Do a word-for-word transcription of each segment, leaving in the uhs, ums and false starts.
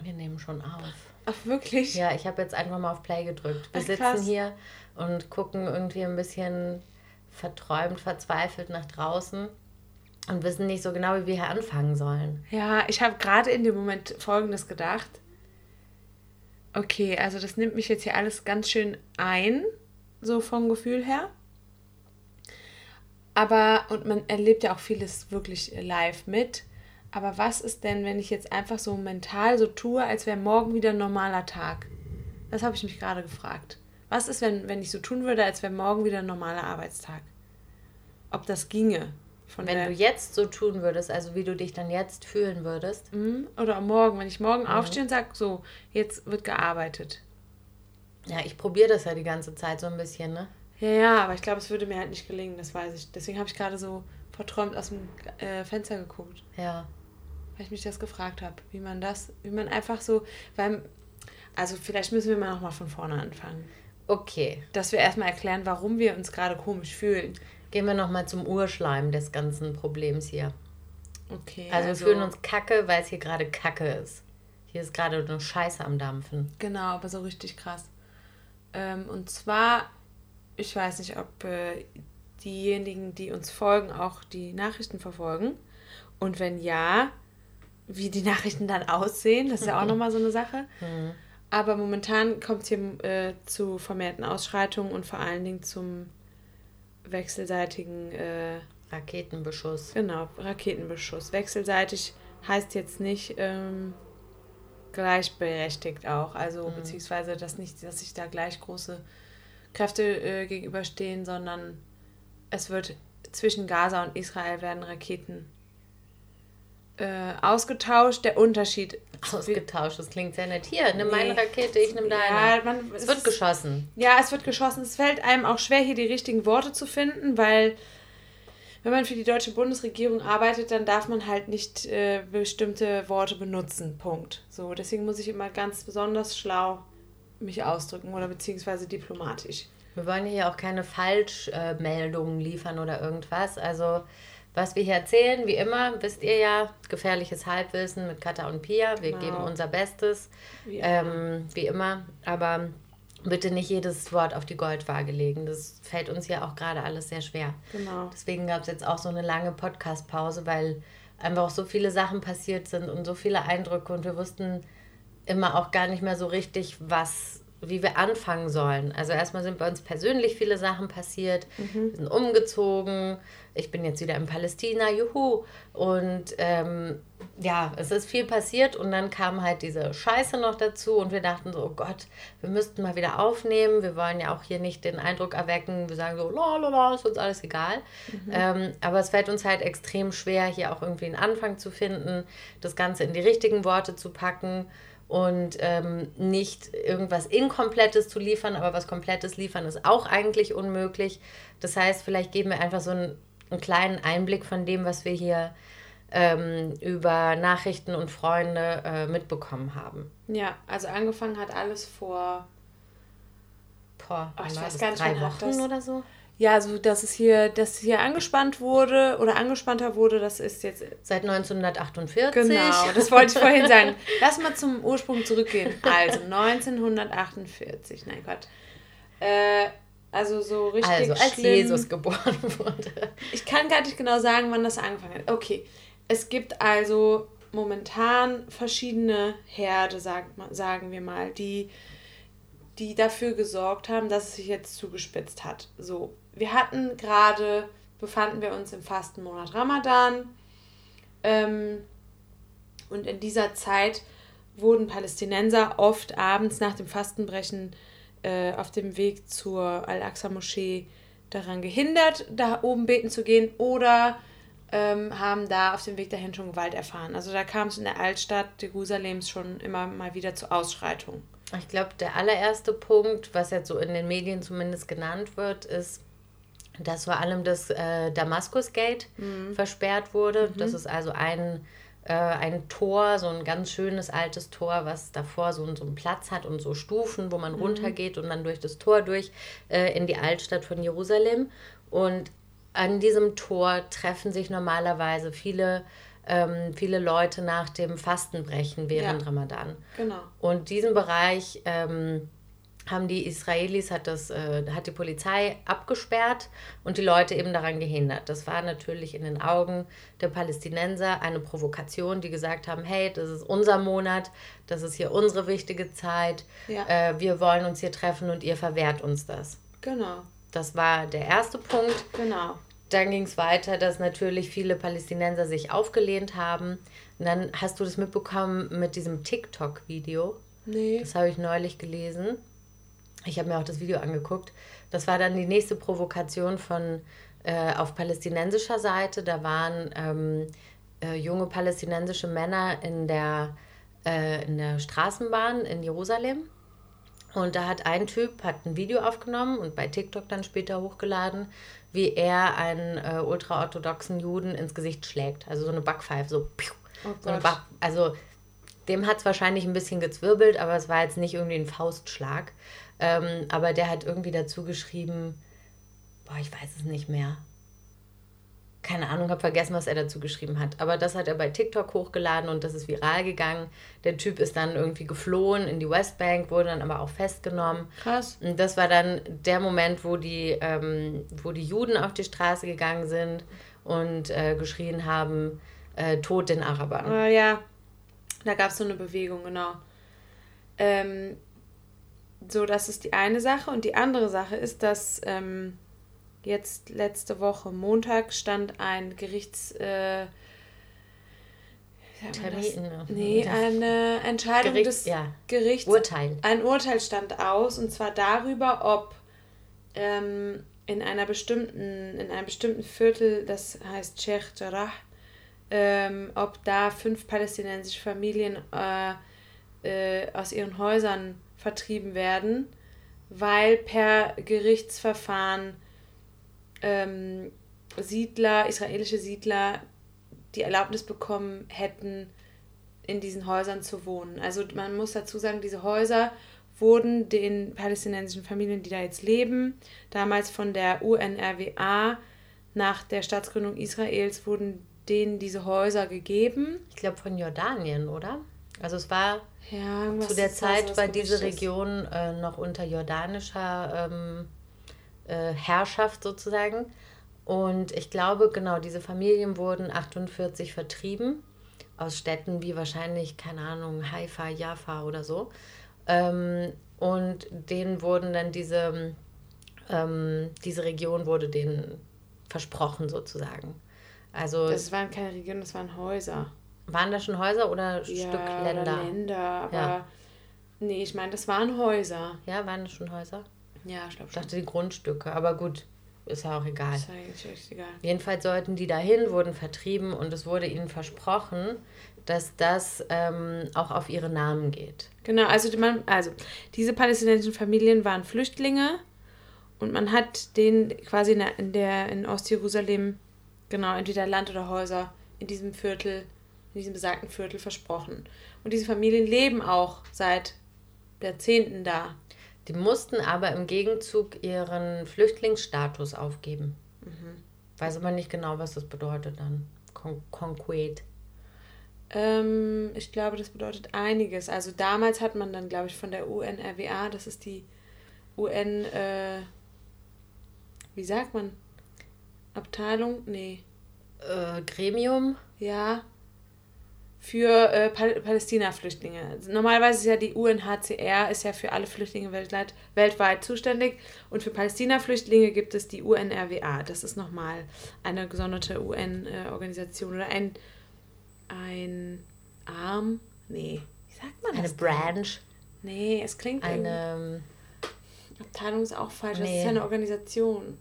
Wir nehmen schon auf. Ach, wirklich? Ja, ich habe jetzt einfach mal auf Play gedrückt. Wir Ach, sitzen krass. hier und gucken irgendwie ein bisschen verträumt, verzweifelt nach draußen und wissen nicht so genau, wie wir hier anfangen sollen. Ja, ich habe gerade in dem Moment Folgendes gedacht. Okay, also das nimmt mich jetzt hier alles ganz schön ein, so vom Gefühl her. Aber, und man erlebt ja auch vieles wirklich live mit. Aber was ist denn, wenn ich jetzt einfach so mental so tue, als wäre morgen wieder ein normaler Tag? Das habe ich mich gerade gefragt. Was ist, wenn, wenn ich so tun würde, als wäre morgen wieder ein normaler Arbeitstag? Ob das ginge? Von Wenn der, du jetzt so tun würdest, also wie du dich dann jetzt fühlen würdest. Mhm, oder am Morgen, wenn ich morgen Mhm. aufstehe und sage, so, jetzt wird gearbeitet. Ja, ich probiere das ja die ganze Zeit so ein bisschen, ne? Ja, ja, aber ich glaube, es würde mir halt nicht gelingen, das weiß ich. Deswegen habe ich gerade so verträumt aus dem äh, Fenster geguckt. Ja. Weil ich mich das gefragt habe, wie man das, wie man einfach so, weil, also vielleicht müssen wir mal nochmal von vorne anfangen. Okay. Dass wir erstmal erklären, warum wir uns gerade komisch fühlen. Gehen wir nochmal zum Urschleim des ganzen Problems hier. Okay. Also, wir fühlen uns kacke, weil es hier gerade kacke ist. Hier ist gerade eine Scheiße am Dampfen. Genau, aber so richtig krass. Ähm, und zwar, ich weiß nicht, ob äh, diejenigen, die uns folgen, auch die Nachrichten verfolgen. Und wenn ja, wie die Nachrichten dann aussehen, das ist ja auch nochmal so eine Sache. Mhm. Aber momentan kommt es hier äh, zu vermehrten Ausschreitungen und vor allen Dingen zum wechselseitigen äh, Raketenbeschuss. Genau, Raketenbeschuss. Wechselseitig heißt jetzt nicht ähm, gleichberechtigt auch. Also Mhm. beziehungsweise dass nicht, dass sich da gleich große Kräfte äh, gegenüberstehen, sondern es wird zwischen Gaza und Israel werden Raketen äh, ausgetauscht. Der Unterschied... Ausgetauscht, das klingt sehr nett. Hier, nimm Nee. meine Rakete, ich nimm deine. Ja, man, es wird ist- geschossen. Ja, es wird geschossen. Es fällt einem auch schwer, hier die richtigen Worte zu finden, weil wenn man für die deutsche Bundesregierung arbeitet, dann darf man halt nicht äh, bestimmte Worte benutzen. Punkt. So, deswegen muss ich immer ganz besonders schlau mich ausdrücken oder beziehungsweise diplomatisch. Wir wollen hier auch keine Falschmeldungen liefern oder irgendwas. Also, was wir hier erzählen, wie immer, wisst ihr ja, gefährliches Halbwissen mit Katha und Pia. Wir Genau. geben unser Bestes, Wie ähm, wie immer. Aber bitte nicht jedes Wort auf die Goldwaage legen. Das fällt uns ja auch gerade alles sehr schwer. Genau. Deswegen gab es jetzt auch so eine lange Podcast-Pause, weil einfach auch so viele Sachen passiert sind und so viele Eindrücke und wir wussten immer auch gar nicht mehr so richtig, was, wie wir anfangen sollen. Also erstmal sind bei uns persönlich viele Sachen passiert. Wir sind umgezogen. Ich bin jetzt wieder in Palästina, juhu. Und ähm, ja, es ist viel passiert und dann kam halt diese Scheiße noch dazu und wir dachten so, oh Gott, wir müssten mal wieder aufnehmen. Wir wollen ja auch hier nicht den Eindruck erwecken, wir sagen so, la la la, ist uns alles egal. Mhm. Ähm, aber es fällt uns halt extrem schwer, hier auch irgendwie einen Anfang zu finden, das Ganze in die richtigen Worte zu packen und ähm, nicht irgendwas Inkomplettes zu liefern, aber was Komplettes liefern ist auch eigentlich unmöglich. Das heißt, vielleicht geben wir einfach so einen, einen kleinen Einblick von dem, was wir hier ähm, über Nachrichten und Freunde äh, mitbekommen haben. Ja, also angefangen hat alles vor... Boah, Oh, ich war weiß das gar nicht drei mehr, Wochen das- oder so? Ja, so dass es hier, dass hier angespannt wurde oder angespannter wurde, das ist jetzt... Seit neunzehnhundertachtundvierzig. Genau, das wollte ich vorhin sagen. Lass mal zum Ursprung zurückgehen. Also neunzehnhundertachtundvierzig, nein Gott. Äh, also so richtig Also als schlimm. Jesus geboren wurde. Ich kann gar nicht genau sagen, wann das angefangen hat. Okay, es gibt also momentan verschiedene Herde, sag, ma- sagen wir mal, die, die dafür gesorgt haben, dass es sich jetzt zugespitzt hat. So, wir hatten gerade, befanden wir uns im Fastenmonat Ramadan ähm, und in dieser Zeit wurden Palästinenser oft abends nach dem Fastenbrechen äh, auf dem Weg zur Al-Aqsa-Moschee daran gehindert, da oben beten zu gehen oder ähm, haben da auf dem Weg dahin schon Gewalt erfahren. Also da kam es in der Altstadt Jerusalems schon immer mal wieder zu Ausschreitungen. Ich glaube, der allererste Punkt, was jetzt so in den Medien zumindest genannt wird, ist, dass vor allem das äh, Damaskus-Gate Mhm. versperrt wurde. Das ist also ein, äh, ein Tor, so ein ganz schönes altes Tor, was davor so, so einen Platz hat und so Stufen, wo man Mhm. runtergeht und dann durch das Tor durch äh, in die Altstadt von Jerusalem. Und an diesem Tor treffen sich normalerweise viele ähm, viele Leute nach dem Fastenbrechen während Ja. Ramadan. Genau. Und diesen Bereich ähm, haben die Israelis, hat, das, äh, hat die Polizei abgesperrt und die Leute eben daran gehindert. Das war natürlich in den Augen der Palästinenser eine Provokation, die gesagt haben, hey, das ist unser Monat, das ist hier unsere wichtige Zeit, Ja. äh, wir wollen uns hier treffen und ihr verwehrt uns das. Genau. Das war der erste Punkt. Genau. Dann ging es weiter, dass natürlich viele Palästinenser sich aufgelehnt haben. Und dann hast du das mitbekommen mit diesem TikTok-Video. Nee. Das habe ich neulich gelesen. Ich habe mir auch das Video angeguckt. Das war dann die nächste Provokation von äh, auf palästinensischer Seite. Da waren ähm, äh, junge palästinensische Männer in der, äh, in der Straßenbahn in Jerusalem. Und da hat ein Typ hat ein Video aufgenommen und bei TikTok dann später hochgeladen, wie er einen äh, ultraorthodoxen Juden ins Gesicht schlägt. Also so eine Backpfeife, so, piu, Oh so eine Gott. Back, also dem hat es wahrscheinlich ein bisschen gezwirbelt, aber es war jetzt nicht irgendwie ein Faustschlag. Ähm, aber der hat irgendwie dazu geschrieben, boah, ich weiß es nicht mehr. Keine Ahnung, habe vergessen, was er dazu geschrieben hat. Aber das hat er bei TikTok hochgeladen und das ist viral gegangen. Der Typ ist dann irgendwie geflohen in die Westbank, wurde dann aber auch festgenommen. Krass. Und das war dann der Moment, wo die, ähm, wo die Juden auf die Straße gegangen sind und äh, geschrien haben, äh, Tod den Arabern. Äh, ja, da gab es so eine Bewegung, genau. Ähm, so, das ist die eine Sache. Und die andere Sache ist, dass ähm, jetzt letzte Woche Montag stand ein Gerichts... Äh, wie sagt man das? Termin, Nee, eine Entscheidung Gericht, des ja. Gerichts. Urteil. Ein Urteil stand aus, und zwar darüber, ob ähm, in einer bestimmten, in einem bestimmten Viertel, das heißt Sheikh Jarrah, ähm, ob da fünf palästinensische Familien äh, äh, aus ihren Häusern vertrieben werden, weil per Gerichtsverfahren ähm, Siedler, israelische Siedler die Erlaubnis bekommen hätten, in diesen Häusern zu wohnen. Also man muss dazu sagen, diese Häuser wurden den palästinensischen Familien, die da jetzt leben, damals von der U N R W A nach der Staatsgründung Israels, wurden denen diese Häuser gegeben. Ich glaube von Jordanien, oder? Also es war Ja, irgendwas zu der ist da, Zeit sowas war diese Gemischtes. Region äh, noch unter jordanischer ähm, äh, Herrschaft sozusagen. Und ich glaube, genau, diese Familien wurden achtundvierzig vertrieben aus Städten wie wahrscheinlich, keine Ahnung, Haifa, Jaffa oder so. Ähm, und denen wurden dann diese, ähm, diese Region wurde denen versprochen sozusagen. Also Das waren keine Regionen, das waren Häuser. waren da schon Häuser oder Ja, Stück oder Länder? Länder, aber Ja. nee, ich meine, das waren Häuser. Ja, waren das schon Häuser? Ja, ich glaube Ich schon. dachte die Grundstücke, aber gut, ist ja auch egal. Das ist eigentlich echt egal. Jedenfalls sollten die dahin, wurden vertrieben und es wurde ihnen versprochen, dass das ähm, auch auf ihre Namen geht. Genau, also, die- man, also diese palästinensischen Familien waren Flüchtlinge und man hat denen quasi in der, in, der, in Ostjerusalem, genau, entweder Land oder Häuser in diesem Viertel, in diesem besagten Viertel versprochen. Und diese Familien leben auch seit Jahrzehnten da. Die mussten aber im Gegenzug ihren Flüchtlingsstatus aufgeben. Weiß aber nicht genau, was das bedeutet dann. Con- Concrete. Ähm, ich glaube, das bedeutet einiges. Also damals hat man dann, glaube ich, von der U N R W A, das ist die U N, äh, wie sagt man? Abteilung? Nee. Äh, Gremium. Ja. Für äh, Pal- Palästina-Flüchtlinge. Also normalerweise ist ja die U N H C R ist ja für alle Flüchtlinge weltweit, weltweit zuständig. Und für Palästina-Flüchtlinge gibt es die U N R W A. Das ist nochmal eine gesonderte U N-Organisation oder ein, ein Arm. Nee, wie sagt man Eine das? Branch. Nee, es klingt irgendwie. Eine. Abteilung ist auch falsch. Das Nee. ist ja eine Organisation.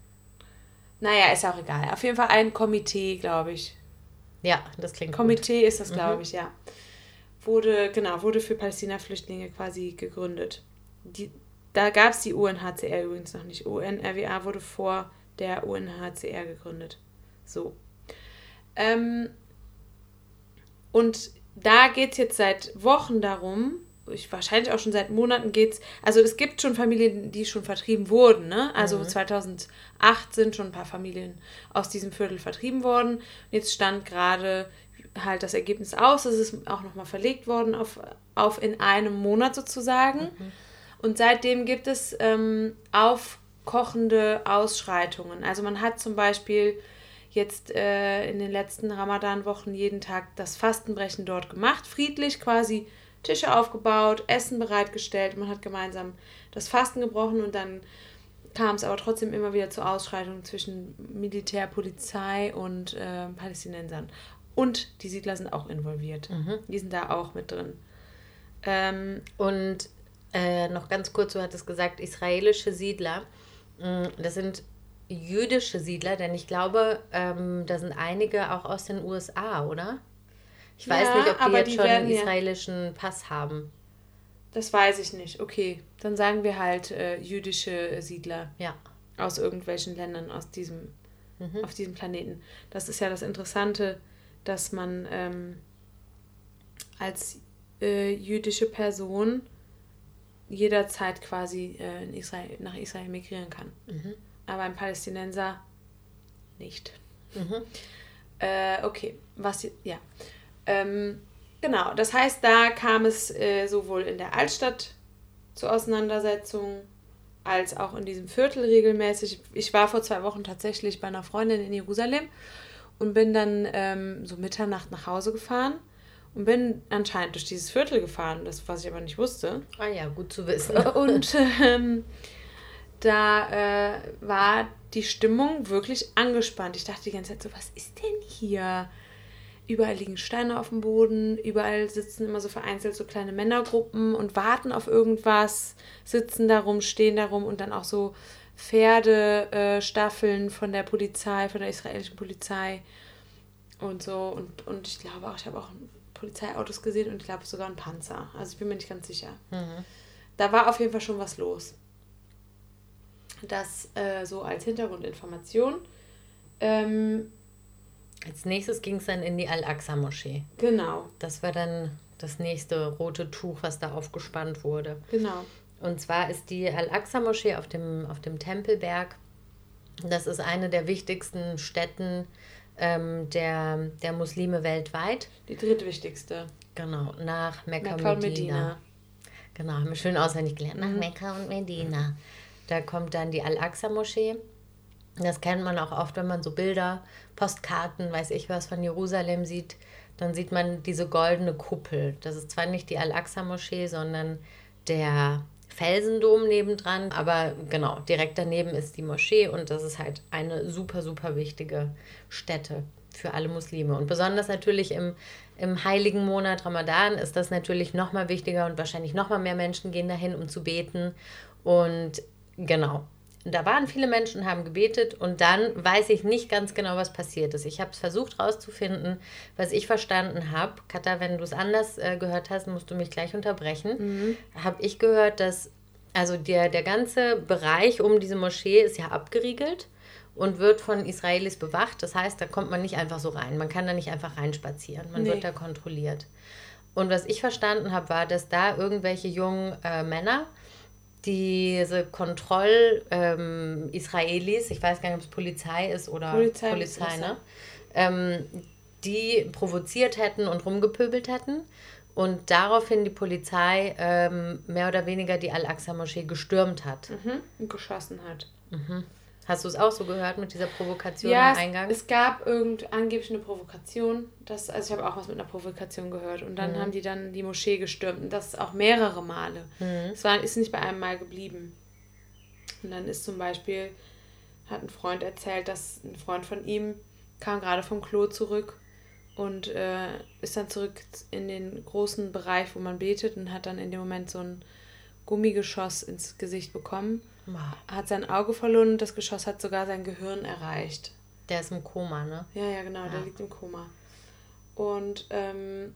Naja, ist auch egal. Auf jeden Fall ein Komitee, glaube ich. Ja, das klingt gut. Komitee ist das, glaube Mhm. ich, ja. Wurde, genau, wurde für Palästina-Flüchtlinge quasi gegründet. Die, da gab es die U N H C R übrigens noch nicht. U N R W A wurde vor der U N H C R gegründet. So. Ähm, und da geht es jetzt seit Wochen darum, ich, wahrscheinlich auch schon seit Monaten geht es, also es gibt schon Familien, die schon vertrieben wurden, ne? Also Mhm. zweitausendacht sind schon ein paar Familien aus diesem Viertel vertrieben worden. Und jetzt stand gerade halt das Ergebnis aus. Es ist auch nochmal verlegt worden auf, auf in einem Monat sozusagen. Mhm. Und seitdem gibt es ähm, aufkochende Ausschreitungen. Also man hat zum Beispiel jetzt äh, in den letzten Ramadan-Wochen jeden Tag das Fastenbrechen dort gemacht, friedlich quasi Tische aufgebaut, Essen bereitgestellt. Man hat gemeinsam das Fasten gebrochen und dann kam es aber trotzdem immer wieder zu Ausschreitungen zwischen Militär, Polizei und äh, Palästinensern. Und die Siedler sind auch involviert. Mhm. Die sind da auch mit drin. Ähm, und äh, noch ganz kurz, du hattest gesagt, israelische Siedler. Das sind jüdische Siedler, denn ich glaube, ähm, da sind einige auch aus den U S A, oder? Ich ja, weiß nicht, ob die jetzt die schon einen israelischen ja. Pass haben. Das weiß ich nicht. Okay, dann sagen wir halt äh, jüdische Siedler. Ja. Aus irgendwelchen Ländern aus diesem, mhm. auf diesem Planeten. Das ist ja das Interessante, dass man ähm, als äh, jüdische Person jederzeit quasi äh, in Israel, nach Israel migrieren kann. Mhm. Aber ein Palästinenser nicht. Mhm. Äh, okay, was, ja. Ähm, genau, das heißt, da kam es äh, sowohl in der Altstadt zu Auseinandersetzungen als auch in diesem Viertel regelmäßig. Ich war vor zwei Wochen tatsächlich bei einer Freundin in Jerusalem und bin dann ähm, so Mitternacht nach Hause gefahren und bin anscheinend durch dieses Viertel gefahren, das was ich aber nicht wusste. Ah ja, gut zu wissen. Und ähm, da äh, war die Stimmung wirklich angespannt. Ich dachte die ganze Zeit so, was ist denn hier? Überall liegen Steine auf dem Boden, überall sitzen immer so vereinzelt so kleine Männergruppen und warten auf irgendwas, sitzen da rum, stehen da rum und dann auch so Pferdestaffeln äh, von der Polizei, von der israelischen Polizei und so. Und, und ich glaube auch, ich habe auch Polizeiautos gesehen und ich glaube sogar einen Panzer. Also ich bin mir nicht ganz sicher. Mhm. Da war auf jeden Fall schon was los. Das äh, so als Hintergrundinformation. Ähm, Als nächstes ging es dann in die Al-Aqsa-Moschee. Genau. Das war dann das nächste rote Tuch, was da aufgespannt wurde. Genau. Und zwar ist die Al-Aqsa-Moschee auf dem, auf dem Tempelberg. Das ist eine der wichtigsten Stätten ähm, der, der Muslime weltweit. Die drittwichtigste. Genau, nach Mekka, Mekka und Medina. Medina. Genau, haben wir schön auswendig gelernt. Nach mhm. Mekka und Medina. Da kommt dann die Al-Aqsa-Moschee. Das kennt man auch oft, wenn man so Bilder, Postkarten, weiß ich was, von Jerusalem sieht. Dann sieht man diese goldene Kuppel. Das ist zwar nicht die Al-Aqsa-Moschee, sondern der Felsendom nebendran. Aber genau, direkt daneben ist die Moschee und das ist halt eine super, super wichtige Stätte für alle Muslime. Und besonders natürlich im, im heiligen Monat Ramadan ist das natürlich nochmal wichtiger und wahrscheinlich nochmal mehr Menschen gehen dahin, um zu beten. Und genau, da waren viele Menschen, haben gebetet und dann weiß ich nicht ganz genau, was passiert ist. Ich habe es versucht rauszufinden, was ich verstanden habe. Katha, wenn du es anders äh, gehört hast, musst du mich gleich unterbrechen. Mhm. Habe ich gehört, dass also der, der ganze Bereich um diese Moschee ist ja abgeriegelt und wird von Israelis bewacht. Das heißt, da kommt man nicht einfach so rein. Man kann da nicht einfach reinspazieren. Man nee. wird da kontrolliert. Und was ich verstanden habe, war, dass da irgendwelche jungen äh, Männer diese Kontroll-Israelis, ähm, ich weiß gar nicht, ob es Polizei ist oder Polizei, Polizei ne? Ähm, die provoziert hätten und rumgepöbelt hätten und daraufhin die Polizei ähm, mehr oder weniger die Al-Aqsa-Moschee gestürmt hat. Mhm. Und geschossen hat. Mhm. Hast du es auch so gehört mit dieser Provokation ja, am Eingang? Ja, es, es gab irgend, angeblich eine Provokation. Das, also ich habe auch was mit einer Provokation gehört. Und dann mhm. haben die dann die Moschee gestürmt. Und das auch mehrere Male. Mhm. Es war, ist nicht bei einem Mal geblieben. Und dann ist zum Beispiel, hat ein Freund erzählt, dass ein Freund von ihm kam gerade vom Klo zurück und äh, ist dann zurück in den großen Bereich, wo man betet und hat dann in dem Moment so ein Gummigeschoss ins Gesicht bekommen. Hat sein Auge verloren und das Geschoss hat sogar sein Gehirn erreicht. Der ist im Koma, ne? Ja, ja, genau, ja. Der liegt im Koma. Und ähm,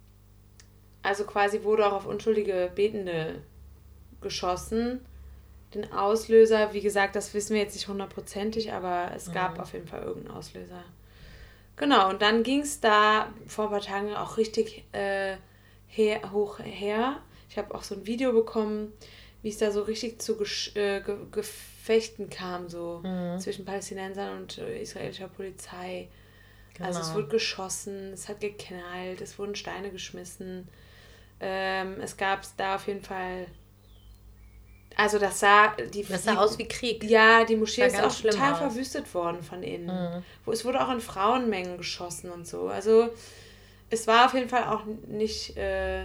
also quasi wurde auch auf unschuldige Betende geschossen. Den Auslöser, wie gesagt, das wissen wir jetzt nicht hundertprozentig, aber es gab mhm. auf jeden Fall irgendeinen Auslöser. Genau, und dann ging es da vor ein paar Tagen auch richtig äh, her, hoch her. Ich habe auch so ein Video bekommen, wie es da so richtig zu Gesch- äh, Ge- Gefechten kam, so mhm. zwischen Palästinensern und äh, israelischer Polizei. Genau. Also es wurde geschossen, es hat geknallt, es wurden Steine geschmissen. Ähm, es gab da auf jeden Fall... Also das sah... Die, das sah die, aus wie Krieg. Ja, die Moschee ist auch total aus. verwüstet worden von innen. Mhm. Wo, es wurde auch in Frauenmengen geschossen und so. Also es war auf jeden Fall auch nicht... Äh,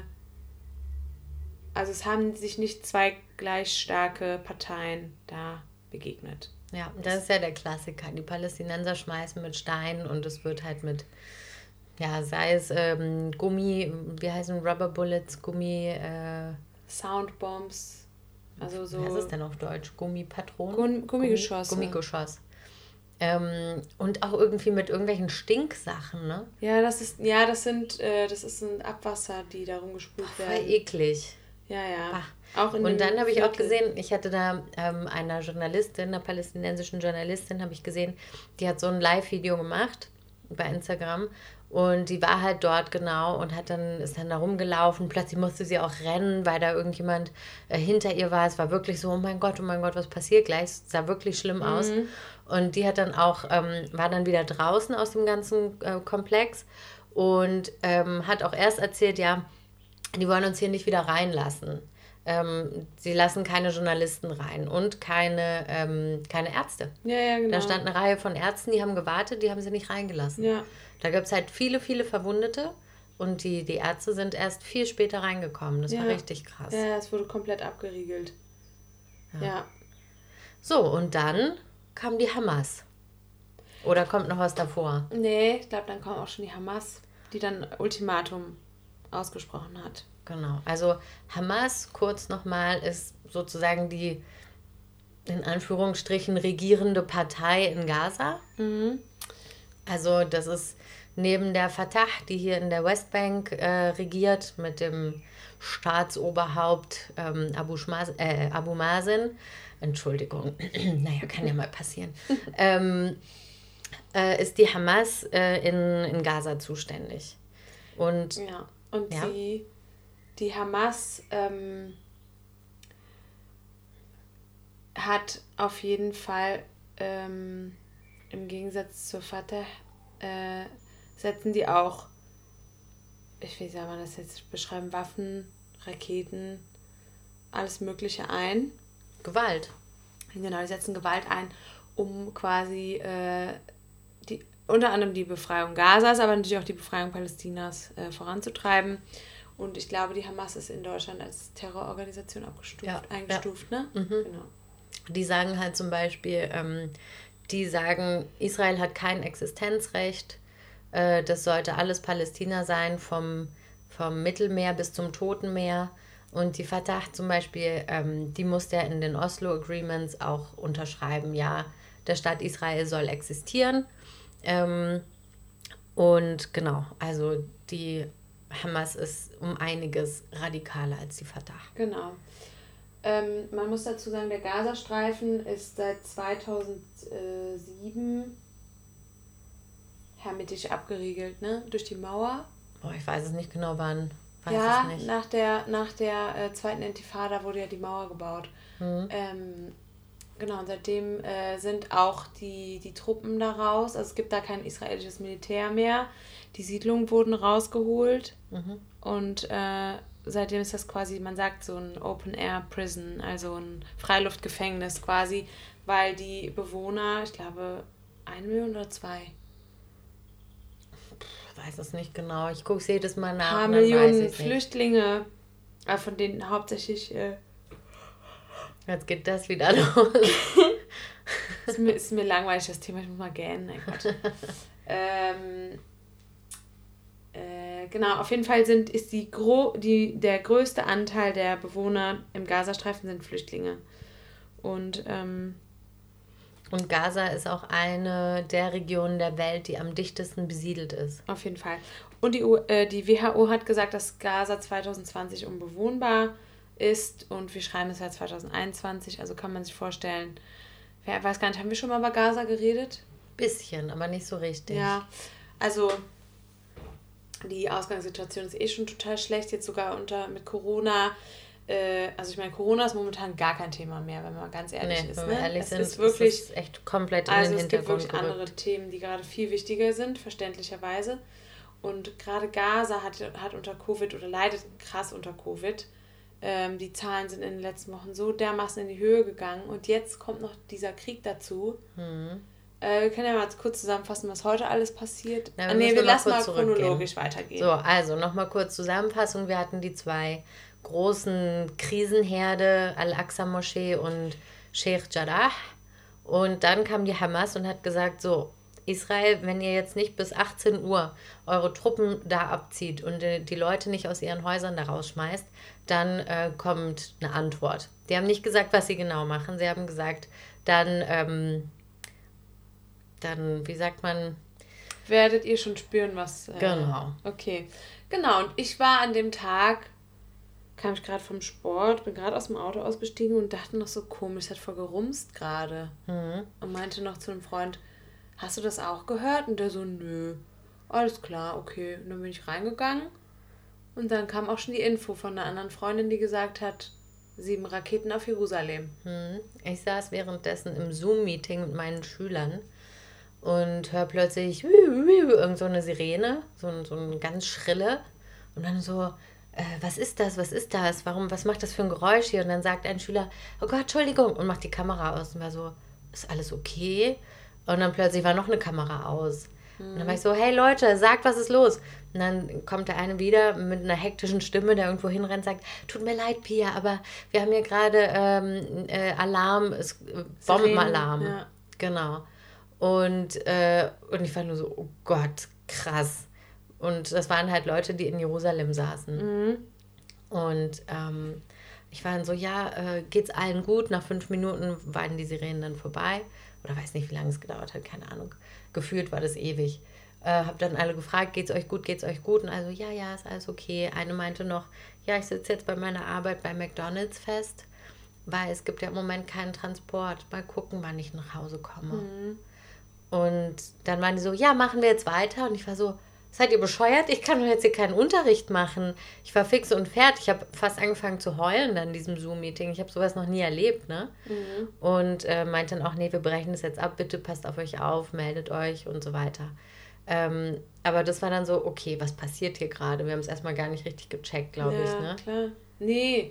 also es haben sich nicht zwei gleich starke Parteien da begegnet. Ja, das ist ja der Klassiker. Die Palästinenser schmeißen mit Steinen und es wird halt mit, ja, sei es ähm, Gummi, wie heißen Rubber Bullets, Gummi... Äh, Soundbombs, also so... Was ist denn auf Deutsch? Gummipatronen? Gummi, Gummigeschosse. Gummigeschoss. Ähm, und auch irgendwie mit irgendwelchen Stinksachen, ne? Ja, das ist, ja, das sind, äh, das ist ein Abwasser, die da rumgespült Boah, werden. voll eklig. Ja, ja. Bah. Auch in und dann habe ich auch Viertel. gesehen, ich hatte da ähm, einer Journalistin, einer palästinensischen Journalistin, habe ich gesehen, die hat so ein Live-Video gemacht bei Instagram und die war halt dort genau und hat dann, ist dann da rumgelaufen. Plötzlich musste sie auch rennen, weil da irgendjemand äh, hinter ihr war. Es war wirklich so, oh mein Gott, oh mein Gott, was passiert gleich? Es sah wirklich schlimm aus. Mhm. Und die hat dann auch, ähm, war dann wieder draußen aus dem ganzen äh, Komplex und ähm, hat auch erst erzählt, ja, die wollen uns hier nicht wieder reinlassen. Ähm, sie lassen keine Journalisten rein und keine, ähm, keine Ärzte. Ja, ja, genau. Da stand eine Reihe von Ärzten, die haben gewartet, die haben sie nicht reingelassen. Ja. Da gibt es halt viele, viele Verwundete und die, die Ärzte sind erst viel später reingekommen. Das ja. war richtig krass. Ja, es wurde komplett abgeriegelt. Ja. ja. So, und dann kam die Hamas. Oder kommt noch was davor? Nee, ich glaube, dann kam auch schon die Hamas, die dann Ultimatum ausgesprochen hat. Genau, also Hamas, kurz nochmal, ist sozusagen die in Anführungsstrichen regierende Partei in Gaza. Mhm. Also das ist neben der Fatah, die hier in der Westbank äh, regiert, mit dem Staatsoberhaupt ähm, Abu, Schmaz, äh, Abu Mazen, Entschuldigung, naja, kann ja mal passieren, ähm, äh, ist die Hamas äh, in, in Gaza zuständig. Und, ja, und ja. die... Die Hamas ähm, hat auf jeden Fall ähm, im Gegensatz zur Fatah äh, setzen die auch, ich wie soll man das jetzt beschreiben, Waffen, Raketen, alles Mögliche ein. Gewalt. Genau, die setzen Gewalt ein, um quasi äh, die, unter anderem die Befreiung Gazas, aber natürlich auch die Befreiung Palästinas äh, voranzutreiben. Und ich glaube, die Hamas ist in Deutschland als Terrororganisation abgestuft, ja, eingestuft, ja. ne? Mhm. Genau. Die sagen halt zum Beispiel, ähm, die sagen, Israel hat kein Existenzrecht, äh, das sollte alles Palästina sein, vom, vom Mittelmeer bis zum Toten Meer. Und die Fatah zum Beispiel, ähm, die musste ja in den Oslo Agreements auch unterschreiben, ja, der Staat Israel soll existieren. Ähm, und genau, also die Hamas ist um einiges radikaler als die Fatah. Genau. Ähm, man muss dazu sagen, der Gazastreifen ist seit zweitausendsieben hermetisch abgeriegelt, ne? Durch die Mauer. Oh, ich weiß es nicht genau, wann. Weiß ja, es nicht. nach der, nach der äh, zweiten Intifada wurde ja die Mauer gebaut. Mhm. Ähm, genau, und seitdem äh, sind auch die, die Truppen da raus. Also es gibt da kein israelisches Militär mehr. Die Siedlungen wurden rausgeholt Mhm. und äh, seitdem ist das quasi, man sagt so ein Open-Air-Prison, also ein Freiluftgefängnis quasi, weil die Bewohner, ich glaube, eine Million oder zwei? Ich weiß es nicht genau. Ich gucke es jedes Mal nach. Ein paar Millionen Flüchtlinge, äh, von denen hauptsächlich... Äh, Jetzt geht das wieder los. ist, mir, ist mir langweilig, das Thema, ich muss mal gähnen, mein Gott. ähm... Genau, auf jeden Fall sind, ist die, Gro- die der größte Anteil der Bewohner im Gazastreifen sind Flüchtlinge. Und, ähm, Und Gaza ist auch eine der Regionen der Welt, die am dichtesten besiedelt ist. Auf jeden Fall. Und die, U- äh, die W H O hat gesagt, dass Gaza zwanzig zwanzig unbewohnbar ist und wir schreiben es ja zwanzig einundzwanzig, also kann man sich vorstellen, wer weiß gar nicht, haben wir schon mal über Gaza geredet? Bisschen, aber nicht so richtig. Ja, also... Die Ausgangssituation ist eh schon total schlecht, jetzt sogar unter mit Corona. äh, also ich meine, Corona ist momentan gar kein Thema mehr, wenn man ganz ehrlich nee, ist. Wenn ne? wir ehrlich es sind, ist wirklich ist es echt komplett in also den Hintergrund es gibt wirklich gerückt. andere Themen, die gerade viel wichtiger sind, verständlicherweise. Und gerade Gaza hat, hat unter Covid oder leidet krass unter Covid. Ähm, die Zahlen sind in den letzten Wochen so dermaßen in die Höhe gegangen. Und jetzt kommt noch dieser Krieg dazu. Hm. Äh, wir können ja mal kurz zusammenfassen, was heute alles passiert. Na, wir ah, nee, wir mal lassen mal chronologisch zurückgehen. weitergehen. So, also nochmal kurz Zusammenfassung. Wir hatten die zwei großen Krisenherde, Al-Aqsa-Moschee und Sheikh Jarrah. Und dann kam die Hamas und hat gesagt, so, Israel, wenn ihr jetzt nicht bis achtzehn Uhr eure Truppen da abzieht und die Leute nicht aus ihren Häusern da rausschmeißt, dann äh, kommt eine Antwort. Die haben nicht gesagt, was sie genau machen. Sie haben gesagt, dann, ähm, dann, wie sagt man? Werdet ihr schon spüren, was... Äh, genau. Okay. Genau, und ich war an dem Tag, kam ich gerade vom Sport, bin gerade aus dem Auto ausgestiegen und dachte noch so, komisch, es hat voll gerumst gerade. Mhm. Und meinte noch zu einem Freund, hast du das auch gehört? Und der so, nö. Alles klar, okay. Und dann bin ich reingegangen und dann kam auch schon die Info von einer anderen Freundin, die gesagt hat, sieben Raketen auf Jerusalem. Mhm. Ich saß währenddessen im Zoom-Meeting mit meinen Schülern und höre plötzlich irgend so eine Sirene, so, so eine ganz schrille und dann so, äh, was ist das, was ist das, warum, was macht das für ein Geräusch hier? Und dann sagt ein Schüler, oh Gott, Entschuldigung, und macht die Kamera aus und war so, ist alles okay? Und dann plötzlich war noch eine Kamera aus. Mhm. Und dann war ich so, hey Leute, sagt, was ist los? Und dann kommt der eine wieder mit einer hektischen Stimme, der irgendwo hinrennt, sagt, tut mir leid, Pia, aber wir haben hier gerade ähm, äh, Alarm, es, äh, Bombenalarm. Ja. Genau. Und, äh, und ich war nur so, oh Gott, krass. Und das waren halt Leute, die in Jerusalem saßen. Mhm. Und ähm, ich war dann so, ja, äh, geht's allen gut? Nach fünf Minuten waren die Sirenen dann vorbei. Oder weiß nicht, wie lange es gedauert hat, keine Ahnung. Gefühlt war das ewig. Äh, hab dann alle gefragt, geht's euch gut, geht's euch gut? Und also, ja, ja, ist alles okay. Eine meinte noch, ja, ich sitze jetzt bei meiner Arbeit bei McDonald's fest, weil es gibt ja im Moment keinen Transport. Mal gucken, wann ich nach Hause komme. Mhm. Und dann waren die so, ja, machen wir jetzt weiter. Und ich war so, seid ihr bescheuert? Ich kann doch jetzt hier keinen Unterricht machen. Ich war fix und fertig. Ich habe fast angefangen zu heulen dann in diesem Zoom-Meeting. Ich habe sowas noch nie erlebt, ne? Mhm. Und äh, meinte dann auch, nee, wir brechen das jetzt ab. Bitte passt auf euch auf, meldet euch und so weiter. Ähm, aber das war dann so, okay, was passiert hier gerade? Wir haben es erstmal gar nicht richtig gecheckt, glaube ja, ich, ne? Klar. Nee,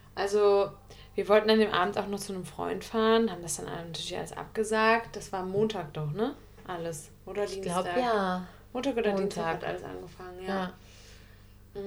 also wir wollten an dem Abend auch noch zu einem Freund fahren, haben das dann natürlich alles abgesagt. Das war Montag doch, ne? Alles. Oder Dienstag? Ich glaube, ja. Montag oder Montag. Dienstag hat alles angefangen, ja. ja.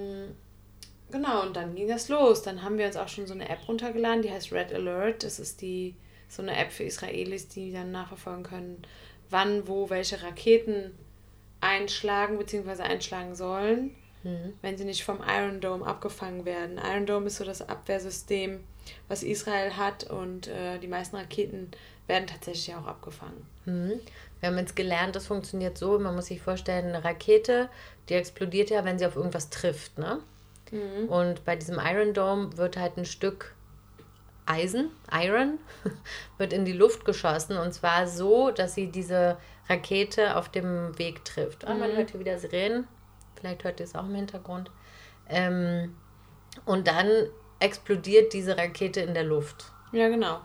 Genau, und dann ging das los. Dann haben wir uns auch schon so eine App runtergeladen, die heißt Red Alert. Das ist die so eine App für Israelis, die dann nachverfolgen können, wann, wo, welche Raketen einschlagen bzw. einschlagen sollen, mhm. wenn sie nicht vom Iron Dome abgefangen werden. Iron Dome ist so das Abwehrsystem, was Israel hat, und äh, die meisten Raketen werden tatsächlich auch abgefangen. Mhm. Wir haben jetzt gelernt, das funktioniert so, man muss sich vorstellen, eine Rakete, die explodiert ja, wenn sie auf irgendwas trifft, ne? Mhm. Und bei diesem Iron Dome wird halt ein Stück Eisen, Iron, wird in die Luft geschossen, und zwar so, dass sie diese Rakete auf dem Weg trifft. Mhm. Man hört hier wieder Sirenen, vielleicht hört ihr es auch im Hintergrund. Ähm, und dann explodiert diese Rakete in der Luft. Ja, genau.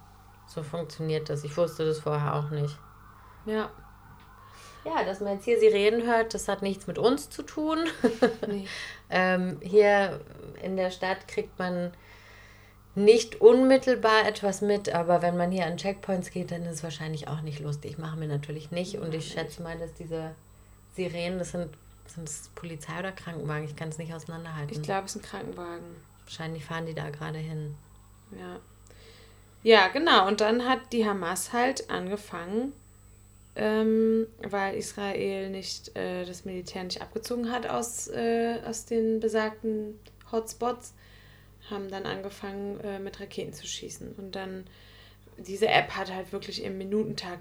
So funktioniert das. Ich wusste das vorher auch nicht. Ja. Ja, dass man jetzt hier Sirenen hört, das hat nichts mit uns zu tun. Nee. ähm, hier in der Stadt kriegt man nicht unmittelbar etwas mit, aber wenn man hier an Checkpoints geht, dann ist es wahrscheinlich auch nicht lustig. Machen wir natürlich nicht. Und ich schätze mal, dass diese Sirenen, das sind, sind das Polizei oder Krankenwagen? Ich kann es nicht auseinanderhalten. Ich glaube, es sind Krankenwagen. Wahrscheinlich fahren die da gerade hin. Ja. Ja, genau. Und dann hat die Hamas halt angefangen, ähm, weil Israel nicht äh, das Militär nicht abgezogen hat aus, äh, aus den besagten Hotspots, haben dann angefangen, äh, mit Raketen zu schießen. Und dann, diese App hat halt wirklich im Minutentakt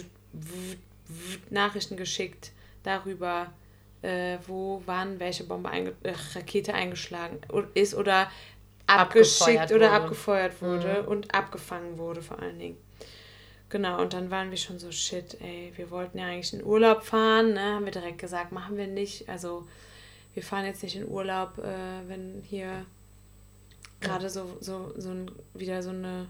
Nachrichten geschickt darüber, äh, wo, wann, welche Bombe, einge- äh, Rakete eingeschlagen ist oder abgeschickt abgefeuert oder wurde. abgefeuert wurde mhm. und abgefangen wurde vor allen Dingen. Genau, und dann waren wir schon so, shit, ey, wir wollten ja eigentlich in Urlaub fahren, ne, haben wir direkt gesagt, machen wir nicht. Also wir fahren jetzt nicht in Urlaub, äh, wenn hier gerade so, so, so ein, wieder so eine,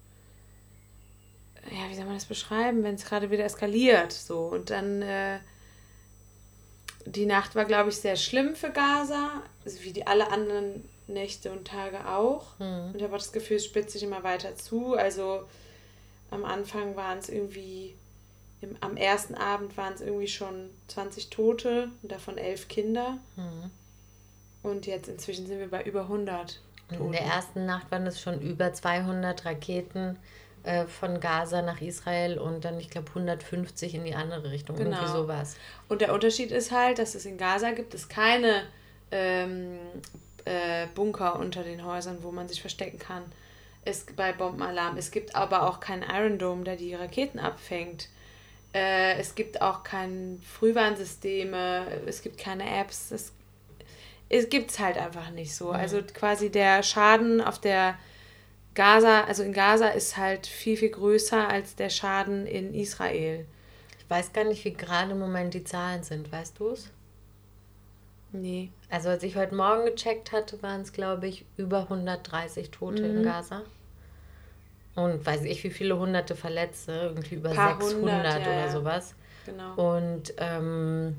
ja, wie soll man das beschreiben, wenn es gerade wieder eskaliert, so. Und dann, äh, die Nacht war, glaube ich, sehr schlimm für Gaza, also wie die alle anderen Nächte und Tage auch. Mhm. Und ich habe auch das Gefühl, es spitzt sich immer weiter zu. Also am Anfang waren es irgendwie, im, am ersten Abend waren es irgendwie schon zwanzig Tote und davon elf Kinder. Mhm. Und jetzt inzwischen sind wir bei über hundert Toten. In der ersten Nacht waren es schon über zweihundert Raketen äh, von Gaza nach Israel und dann, ich glaube, hundertfünfzig in die andere Richtung. Genau. Irgendwie sowas. Und der Unterschied ist halt, dass es in Gaza gibt es keine ähm, äh, Bunker unter den Häusern, wo man sich verstecken kann. Es, bei Bombenalarm. Es gibt aber auch keinen Iron Dome, der die Raketen abfängt. Äh, es gibt auch keine Frühwarnsysteme. Es gibt keine Apps. Es, es gibt es halt einfach nicht so. Mhm. Also quasi der Schaden auf der Gaza, also in Gaza ist halt viel, viel größer als der Schaden in Israel. Ich weiß gar nicht, wie gerade im Moment die Zahlen sind. Weißt du es? Nee. Also als ich heute Morgen gecheckt hatte, waren es, glaube ich, über hundertdreißig Tote mhm. in Gaza. Und weiß ich, wie viele hunderte Verletzte, irgendwie über sechshundert hundert, ja, oder ja. sowas. Genau. Und ähm,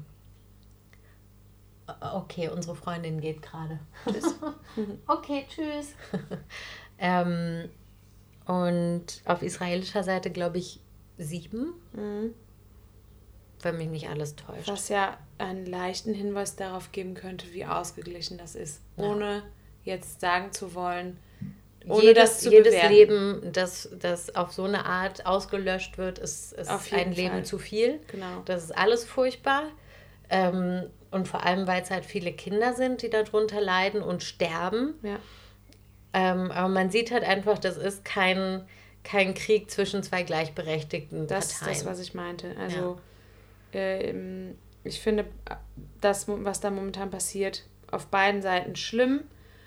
okay, unsere Freundin geht gerade. Tschüss. Okay, tschüss. ähm, und auf israelischer Seite, glaube ich, sieben. Mhm. Wenn mich nicht alles täuscht. Was ja einen leichten Hinweis darauf geben könnte, wie ausgeglichen das ist. Ohne ja. jetzt sagen zu wollen, ohne jedes, das zu jedes bewerten. Leben, das, das auf so eine Art ausgelöscht wird, ist, ist ein Leben Fall. zu viel. Genau. Das ist alles furchtbar. Ähm, und vor allem, weil es halt viele Kinder sind, die darunter leiden und sterben. Ja. Ähm, aber man sieht halt einfach, das ist kein, kein Krieg zwischen zwei gleichberechtigten das Parteien. Das ist das, was ich meinte. Also ja. äh, ich finde, das, was da momentan passiert, auf beiden Seiten schlimm.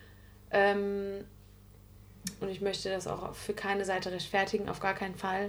Ähm, und ich möchte das auch für keine Seite rechtfertigen, auf gar keinen Fall.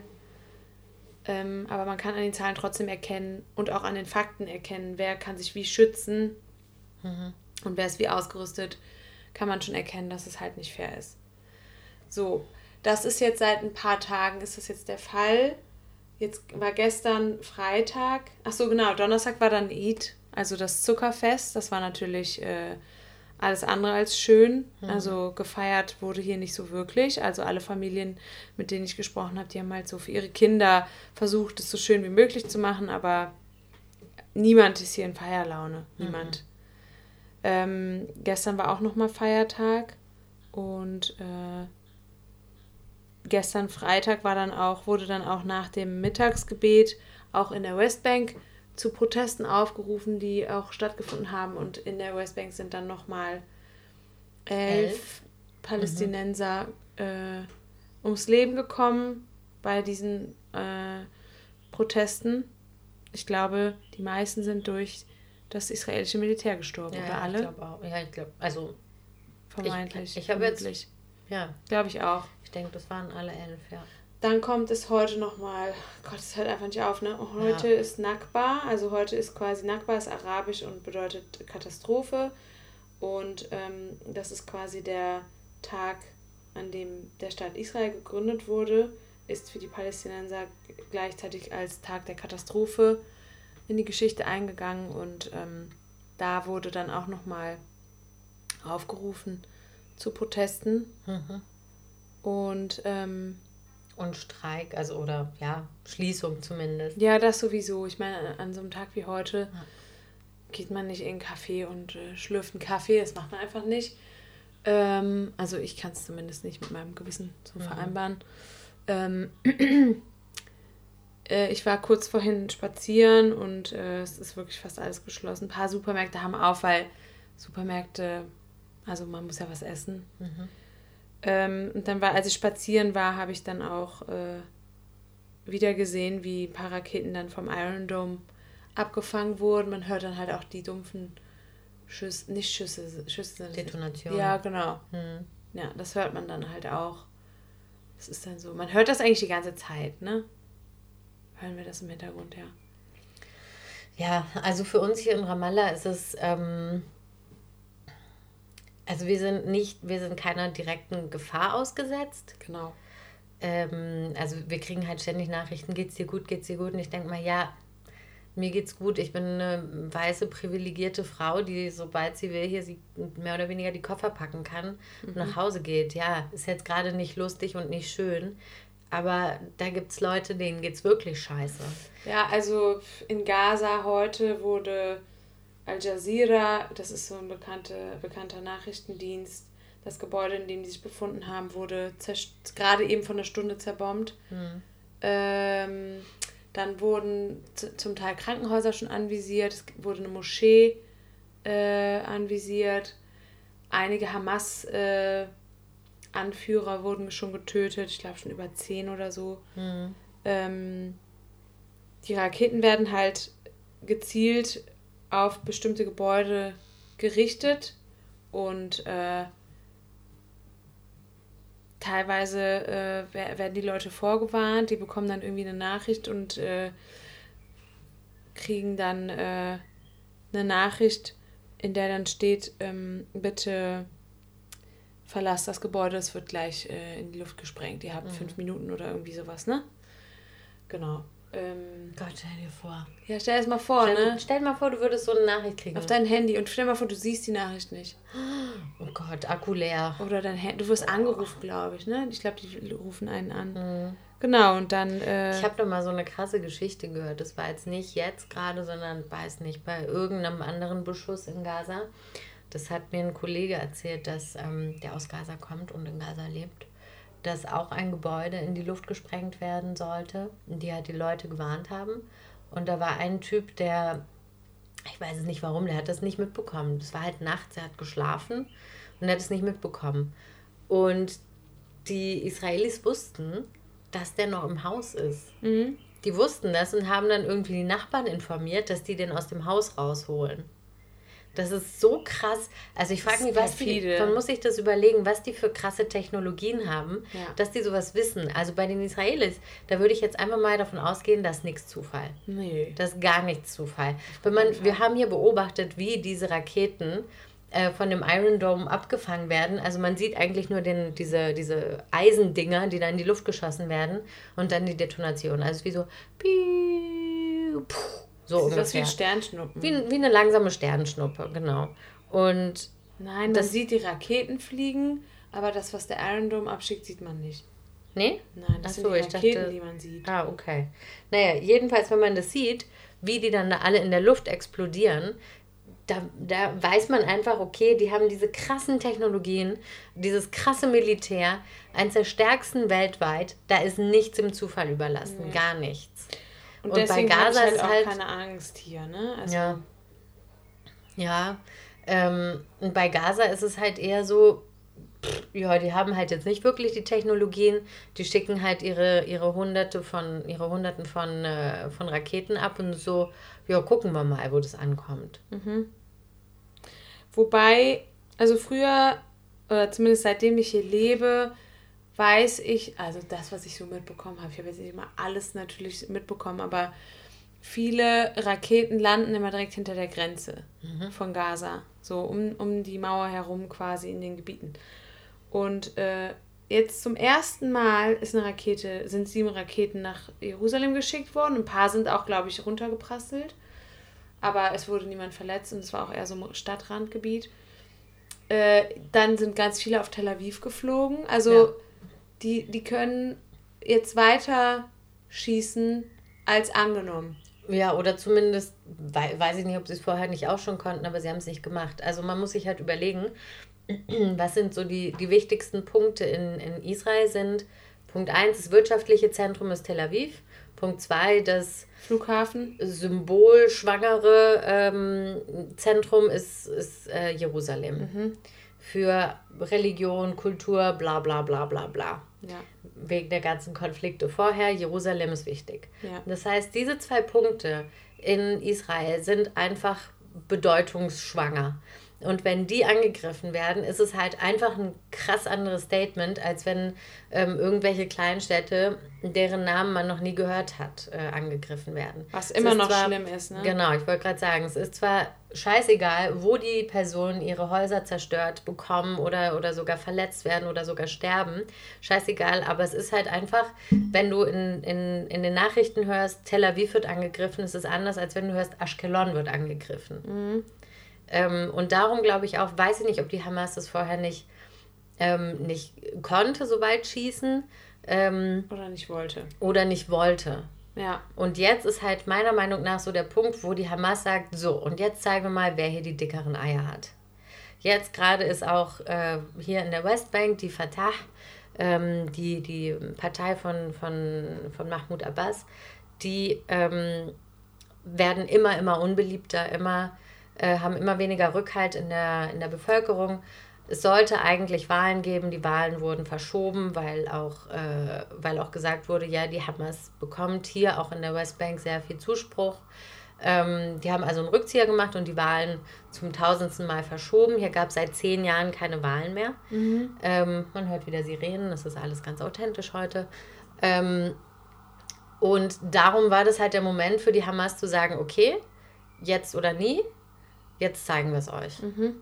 Ähm, aber man kann an den Zahlen trotzdem erkennen und auch an den Fakten erkennen, wer kann sich wie schützen mhm. und wer ist wie ausgerüstet, kann man schon erkennen, dass es halt nicht fair ist. So, das ist jetzt seit ein paar Tagen, ist das jetzt der Fall. Jetzt war gestern Freitag, ach so genau, Donnerstag war dann Eid, also das Zuckerfest, das war natürlich äh, alles andere als schön. Mhm. Also gefeiert wurde hier nicht so wirklich. Also alle Familien, mit denen ich gesprochen habe, die haben halt so für ihre Kinder versucht, es so schön wie möglich zu machen, aber niemand ist hier in Feierlaune. Niemand. Mhm. Ähm, gestern war auch nochmal Feiertag und äh, gestern Freitag war dann auch, wurde dann auch nach dem Mittagsgebet auch in der Westbank zu Protesten aufgerufen, die auch stattgefunden haben. Und in der Westbank sind dann nochmal elf, elf Palästinenser mhm. äh, ums Leben gekommen bei diesen äh, Protesten. Ich glaube, die meisten sind durch das israelische Militär gestorben, ja, oder alle? Ich glaube auch. Ja, ich glaube, also vermeintlich. Ich, ich habe jetzt, ja. Glaube ich auch. Ich denke, das waren alle elf, ja. Dann kommt es heute nochmal, Gott, es hört einfach nicht auf, ne? Heute ja. ist Nakba, also heute ist quasi Nakba, ist arabisch und bedeutet Katastrophe. Und ähm, das ist quasi der Tag, an dem der Staat Israel gegründet wurde, ist für die Palästinenser gleichzeitig als Tag der Katastrophe in die Geschichte eingegangen. Und ähm, da wurde dann auch nochmal aufgerufen zu Protesten. Mhm. Und ähm, Und Streik, also oder ja, Schließung zumindest. Ja, das sowieso. Ich meine, an so einem Tag wie heute ja. geht man nicht in einen Café und äh, schlürft einen Kaffee. Das macht man einfach nicht. Ähm, also ich kann es zumindest nicht mit meinem Gewissen so mhm. vereinbaren. Ähm, äh, ich war kurz vorhin spazieren und äh, es ist wirklich fast alles geschlossen. Ein paar Supermärkte haben auf, weil Supermärkte, also man muss ja was essen. Mhm. Ähm, und dann war, als ich spazieren war, habe ich dann auch äh, wieder gesehen, wie ein paar Raketen dann vom Iron Dome abgefangen wurden. Man hört dann halt auch die dumpfen Schüsse, nicht Schüsse, Schüsse. Detonationen. Ja, genau. Hm. Ja, das hört man dann halt auch. Das ist dann so. Man hört das eigentlich die ganze Zeit, ne? Hören wir das im Hintergrund, ja. Ja, also für uns hier in Ramallah ist es ähm, Also wir sind nicht, wir sind keiner direkten Gefahr ausgesetzt. Genau. Ähm, also wir kriegen halt ständig Nachrichten, geht's dir gut, geht's dir gut? Und ich denke mal, ja, mir geht's gut. Ich bin eine weiße, privilegierte Frau, die, sobald sie will, hier sie mehr oder weniger die Koffer packen kann und mhm. nach Hause geht. Ja, ist jetzt gerade nicht lustig und nicht schön, aber da gibt's Leute, denen geht's wirklich scheiße. Ja, also in Gaza heute wurde Al Jazeera, das ist so ein bekannte, bekannter Nachrichtendienst, das Gebäude, in dem die sich befunden haben, wurde zerst- gerade eben von einer Stunde zerbombt. Mhm. Ähm, dann wurden z- zum Teil Krankenhäuser schon anvisiert, es wurde eine Moschee äh, anvisiert, einige Hamas-Anführer äh, wurden schon getötet, ich glaube schon über zehn oder so. Mhm. Ähm, die Raketen werden halt gezielt auf bestimmte Gebäude gerichtet und äh, teilweise äh, werden die Leute vorgewarnt, die bekommen dann irgendwie eine Nachricht und äh, kriegen dann äh, eine Nachricht, in der dann steht, ähm, bitte verlasst das Gebäude, es wird gleich äh, in die Luft gesprengt. Ihr habt mhm. fünf Minuten oder irgendwie sowas, ne? Genau. Ähm, Gott, stell dir vor. Ja, stell dir mal vor, stell, ne? Stell dir mal vor, du würdest so eine Nachricht kriegen. Auf dein Handy und stell dir mal vor, du siehst die Nachricht nicht. Oh Gott, Akku leer. Oder dein Handy, du wirst angerufen, glaube ich, ne? Ich glaube, die rufen einen an. Mhm. Genau, und dann... Äh, ich habe doch mal so eine krasse Geschichte gehört. Das war jetzt nicht jetzt gerade, sondern, weiß nicht, bei irgendeinem anderen Beschuss in Gaza. Das hat mir ein Kollege erzählt, dass ähm, der aus Gaza kommt und in Gaza lebt, dass auch ein Gebäude in die Luft gesprengt werden sollte, die halt die Leute gewarnt haben. Und da war ein Typ, der, ich weiß es nicht warum, der hat das nicht mitbekommen. Das war halt nachts, er hat geschlafen und er hat es nicht mitbekommen. Und die Israelis wussten, dass der noch im Haus ist. Mhm. Die wussten das und haben dann irgendwie die Nachbarn informiert, dass die den aus dem Haus rausholen. Das ist so krass. Also ich frage mich, was die, man muss sich das überlegen, was die für krasse Technologien haben, ja. dass die sowas wissen. Also bei den Israelis, da würde ich jetzt einfach mal davon ausgehen, dass nichts Zufall. Nee. Das ist gar nichts Zufall. Wenn man, wir haben hier beobachtet, wie diese Raketen äh, von dem Iron Dome abgefangen werden. Also man sieht eigentlich nur den, diese, diese Eisendinger, die da in die Luft geschossen werden und dann die Detonation. Also wie so piu, puh. So ungefähr. Das ist wie Sternschnuppen. Wie, wie eine langsame Sternschnuppe, genau. Und Nein, man sieht die Raketen fliegen, aber das, was der Iron Dome abschickt, sieht man nicht. Nee? Nein, das Ach so, sind die Raketen, dachte, die man sieht. Ah, okay. Naja, jedenfalls, wenn man das sieht, wie die dann da alle in der Luft explodieren, da, da weiß man einfach, okay, die haben diese krassen Technologien, dieses krasse Militär, eines der stärksten weltweit, da ist nichts im Zufall überlassen, mhm. gar nichts. Und, und deswegen bei Gaza halt ist auch halt keine Angst hier, ne? Also ja. Ja. Ähm, und bei Gaza ist es halt eher so, pff, ja, die haben halt jetzt nicht wirklich die Technologien, die schicken halt ihre, ihre Hunderte von, ihre Hunderten von, äh, von Raketen ab und so, ja, gucken wir mal, wo das ankommt. Mhm. Wobei, also früher, oder zumindest seitdem ich hier lebe, weiß ich, also das, was ich so mitbekommen habe, ich habe jetzt nicht mal alles natürlich mitbekommen, aber viele Raketen landen immer direkt hinter der Grenze mhm. von Gaza, so um, um die Mauer herum quasi in den Gebieten. Und äh, jetzt zum ersten Mal ist eine Rakete, sind sieben Raketen nach Jerusalem geschickt worden, ein paar sind auch, glaube ich, runtergeprasselt, aber es wurde niemand verletzt und es war auch eher so ein Stadtrandgebiet. Äh, dann sind ganz viele auf Tel Aviv geflogen, also ja. Die, die können jetzt weiter schießen als angenommen. Ja, oder zumindest, weiß ich nicht, ob sie es vorher nicht auch schon konnten, aber sie haben es nicht gemacht. Also man muss sich halt überlegen, was sind so die, die wichtigsten Punkte in, in Israel sind. Punkt eins, das wirtschaftliche Zentrum ist Tel Aviv. Punkt zwei, das Flughafen. Symbolschwangere ähm, Zentrum ist, ist äh, Jerusalem. Mhm. Für Religion, Kultur, bla bla bla bla bla. Ja. Wegen der ganzen Konflikte vorher, Jerusalem ist wichtig. Ja. Das heißt, diese zwei Punkte in Israel sind einfach bedeutungsschwanger. Und wenn die angegriffen werden, ist es halt einfach ein krass anderes Statement, als wenn ähm, irgendwelche Kleinstädte, deren Namen man noch nie gehört hat, äh, angegriffen werden. Was immer noch zwar, schlimm ist, ne? Genau, ich wollte gerade sagen, es ist zwar scheißegal, wo die Personen ihre Häuser zerstört bekommen oder, oder sogar verletzt werden oder sogar sterben. Scheißegal, aber es ist halt einfach, wenn du in, in, in den Nachrichten hörst, Tel Aviv wird angegriffen, ist es anders, als wenn du hörst, Ashkelon wird angegriffen. Mhm. Ähm, und darum glaube ich auch, weiß ich nicht, ob die Hamas das vorher nicht, ähm, nicht konnte, so weit schießen. Ähm, oder nicht wollte. Oder nicht wollte. Ja. Und jetzt ist halt meiner Meinung nach so der Punkt, wo die Hamas sagt, so, und jetzt zeigen wir mal, wer hier die dickeren Eier hat. Jetzt gerade ist auch äh, hier in der Westbank die Fatah, ähm, die, die Partei von, von, von Mahmoud Abbas, die ähm, werden immer, immer unbeliebter, immer Äh, haben immer weniger Rückhalt in der, in der Bevölkerung. Es sollte eigentlich Wahlen geben, die Wahlen wurden verschoben, weil auch, äh, weil auch gesagt wurde, ja, die Hamas bekommt hier auch in der Westbank sehr viel Zuspruch. Ähm, die haben also einen Rückzieher gemacht und die Wahlen zum tausendsten Mal verschoben. Hier gab es seit zehn Jahren keine Wahlen mehr. Mhm. Ähm, man hört wieder Sirenen, das ist alles ganz authentisch heute. Ähm, und darum war das halt der Moment für die Hamas zu sagen, okay, jetzt oder nie. Jetzt zeigen wir es euch. Mhm.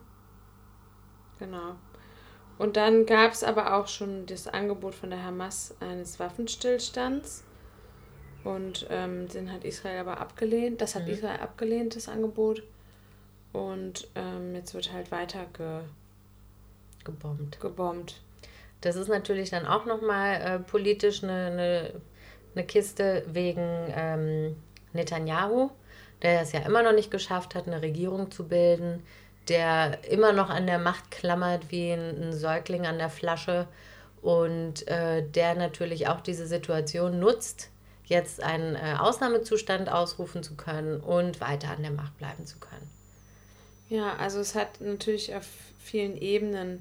Genau. Und dann gab es aber auch schon das Angebot von der Hamas eines Waffenstillstands. Und ähm, den hat Israel aber abgelehnt. Das hat mhm. Israel abgelehnt, das Angebot. Und ähm, jetzt wird halt weiter ge gebombt. gebombt. Das ist natürlich dann auch nochmal äh, politisch eine, eine, eine Kiste wegen ähm, Netanyahu, der es ja immer noch nicht geschafft hat, eine Regierung zu bilden, der immer noch an der Macht klammert wie ein, ein Säugling an der Flasche und äh, der natürlich auch diese Situation nutzt, jetzt einen äh, Ausnahmezustand ausrufen zu können und weiter an der Macht bleiben zu können. Ja, also es hat natürlich auf vielen Ebenen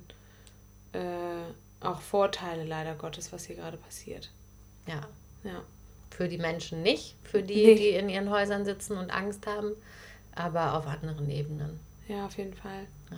äh, auch Vorteile, leider Gottes, was hier gerade passiert. Ja. Ja. Für die Menschen nicht, für die, nee. die in ihren Häusern sitzen und Angst haben, aber auf anderen Ebenen. Ja, auf jeden Fall. Ja,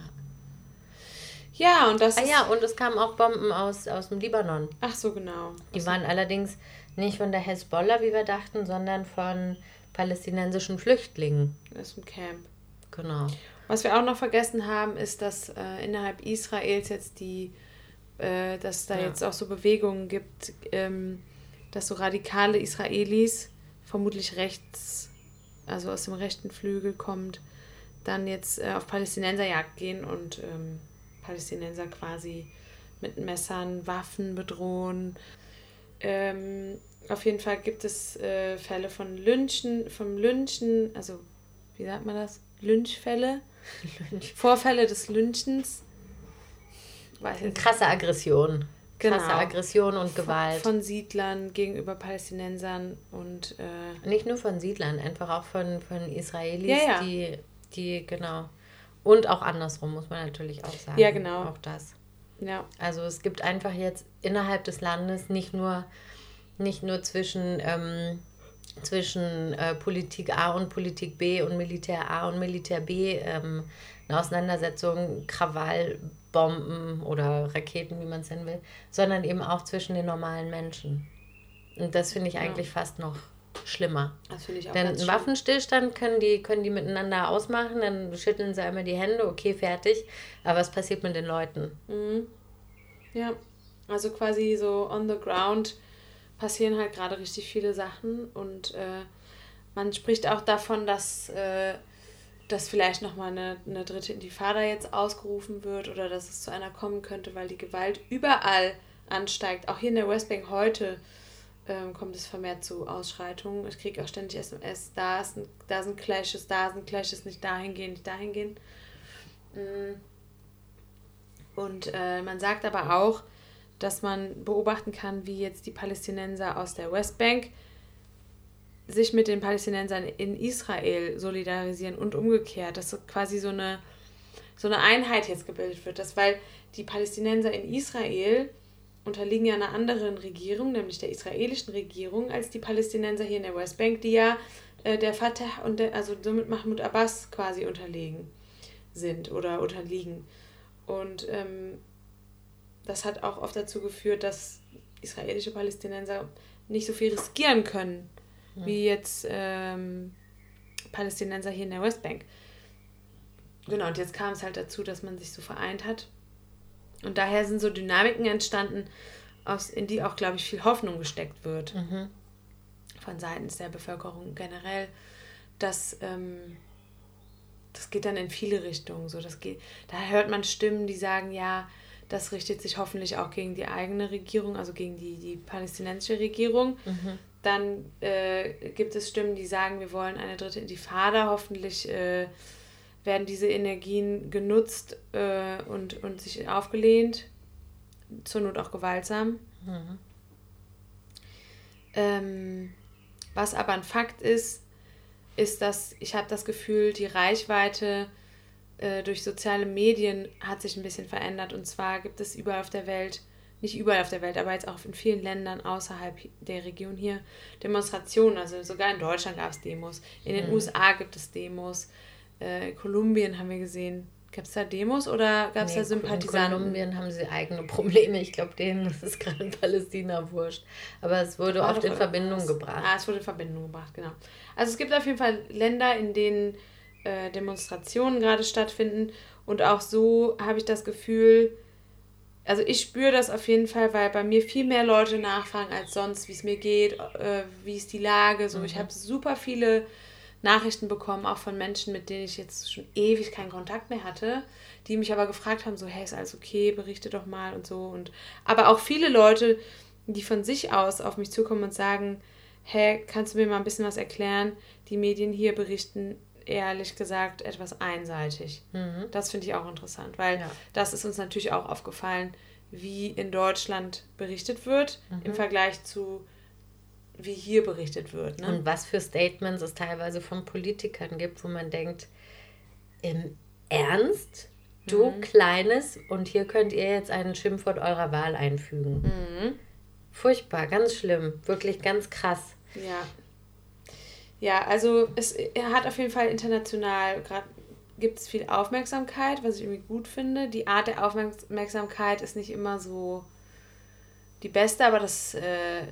ja und das ah, ja, und es kamen auch Bomben aus, aus dem Libanon. Ach so, genau. Die Was waren so? Allerdings nicht von der Hezbollah, wie wir dachten, sondern von palästinensischen Flüchtlingen. Das ist ein Camp. Genau. Was wir auch noch vergessen haben, ist, dass äh, innerhalb Israels jetzt die, äh, dass da ja. jetzt auch so Bewegungen gibt, ähm, dass so radikale Israelis, vermutlich rechts, also aus dem rechten Flügel kommt, dann jetzt äh, auf Palästinenserjagd gehen und ähm, Palästinenser quasi mit Messern, Waffen bedrohen. Ähm, auf jeden Fall gibt es äh, Fälle von Lynchen, vom Lynchen, also wie sagt man das? Lynchfälle? Lynch. Vorfälle des Lynchens. Weiß ich krasse Aggression. Genau. Krasse Aggression und Gewalt. Von, von Siedlern gegenüber Palästinensern und äh, nicht nur von Siedlern, einfach auch von, von Israelis, ja, ja. die, die, genau. Und auch andersrum, muss man natürlich auch sagen. Ja, genau. Auch das. Ja. Also es gibt einfach jetzt innerhalb des Landes nicht nur, nicht nur zwischen, ähm, zwischen äh, Politik A und Politik B und Militär A und Militär B ähm, eine Auseinandersetzung, Krawall, Bomben oder Raketen, wie man es nennen will, sondern eben auch zwischen den normalen Menschen. Und das finde ich eigentlich ja. fast noch schlimmer. Das finde ich auch Denn ganz einen schlimm. Waffenstillstand können die, können die miteinander ausmachen, dann schütteln sie einmal die Hände, okay, fertig. Aber was passiert mit den Leuten? Mhm. Ja, also quasi so on the ground passieren halt gerade richtig viele Sachen und äh, man spricht auch davon, dass, äh, dass vielleicht nochmal eine, eine dritte Intifada jetzt ausgerufen wird oder dass es zu einer kommen könnte, weil die Gewalt überall ansteigt. Auch hier in der Westbank heute ähm, kommt es vermehrt zu Ausschreitungen. Ich kriege auch ständig S M S, da, ist, da sind Clashes, da sind Clashes, nicht dahin gehen, nicht dahin gehen. Und äh, man sagt aber auch, dass man beobachten kann, wie jetzt die Palästinenser aus der Westbank sich mit den Palästinensern in Israel solidarisieren und umgekehrt, dass quasi so eine, so eine Einheit jetzt gebildet wird. Das, weil die Palästinenser in Israel unterliegen ja einer anderen Regierung, nämlich der israelischen Regierung, als die Palästinenser hier in der Westbank, die ja äh, der Fatah und der, also somit Mahmoud Abbas quasi unterliegen. sind oder unterliegen. Und ähm, das hat auch oft dazu geführt, dass israelische Palästinenser nicht so viel riskieren können, mhm. wie jetzt ähm, Palästinenser hier in der Westbank. Genau, und jetzt kam es halt dazu, dass man sich so vereint hat. Und daher sind so Dynamiken entstanden, aus, in die auch, glaube ich, viel Hoffnung gesteckt wird. Mhm. Von seitens der Bevölkerung generell. Dass, ähm, das geht dann in viele Richtungen. So, das geht, da hört man Stimmen, die sagen, ja, das richtet sich hoffentlich auch gegen die eigene Regierung, also gegen die, die palästinensische Regierung. Mhm. Dann äh, gibt es Stimmen, die sagen, wir wollen eine dritte Intifada. Hoffentlich äh, werden diese Energien genutzt äh, und, und sich aufgelehnt. Zur Not auch gewaltsam. Mhm. Ähm, was aber ein Fakt ist, ist, dass ich habe das Gefühl, die Reichweite äh, durch soziale Medien hat sich ein bisschen verändert. Und zwar gibt es überall auf der Welt, nicht überall auf der Welt, aber jetzt auch in vielen Ländern außerhalb der Region hier Demonstrationen. Also sogar in Deutschland gab es Demos. In den mhm. U S A gibt es Demos. Äh, Kolumbien haben wir gesehen. Gab es da Demos oder gab es nee, da Sympathisanten? In Kolumbien haben sie eigene Probleme. Ich glaube, denen ist es gerade in Palästina wurscht. Aber es wurde oft in Verbindung was. gebracht. Ah, es wurde in Verbindung gebracht, genau. Also es gibt auf jeden Fall Länder, in denen äh, Demonstrationen gerade stattfinden. Und auch so habe ich das Gefühl, also ich spüre das auf jeden Fall, weil bei mir viel mehr Leute nachfragen als sonst, wie es mir geht, äh, wie ist die Lage. So, mhm. Ich habe super viele Nachrichten bekommen, auch von Menschen, mit denen ich jetzt schon ewig keinen Kontakt mehr hatte, die mich aber gefragt haben, so, hey, ist alles okay, berichte doch mal und so. Und aber auch viele Leute, die von sich aus auf mich zukommen und sagen, hey, kannst du mir mal ein bisschen was erklären? Die Medien hier berichten, ehrlich gesagt, etwas einseitig. Mhm. Das finde ich auch interessant, weil ja. das ist uns natürlich auch aufgefallen, wie in Deutschland berichtet wird, mhm. im Vergleich zu wie hier berichtet wird. Ne? Und was für Statements es teilweise von Politikern gibt, wo man denkt, im Ernst? Du mhm. Kleines, und hier könnt ihr jetzt ein Schimpfwort eurer Wahl einfügen. Mhm. Furchtbar, ganz schlimm, wirklich ganz krass. Ja, ja, also es er hat auf jeden Fall international, gerade gibt es viel Aufmerksamkeit, was ich irgendwie gut finde. Die Art der Aufmerksamkeit ist nicht immer so die beste, aber das... Äh,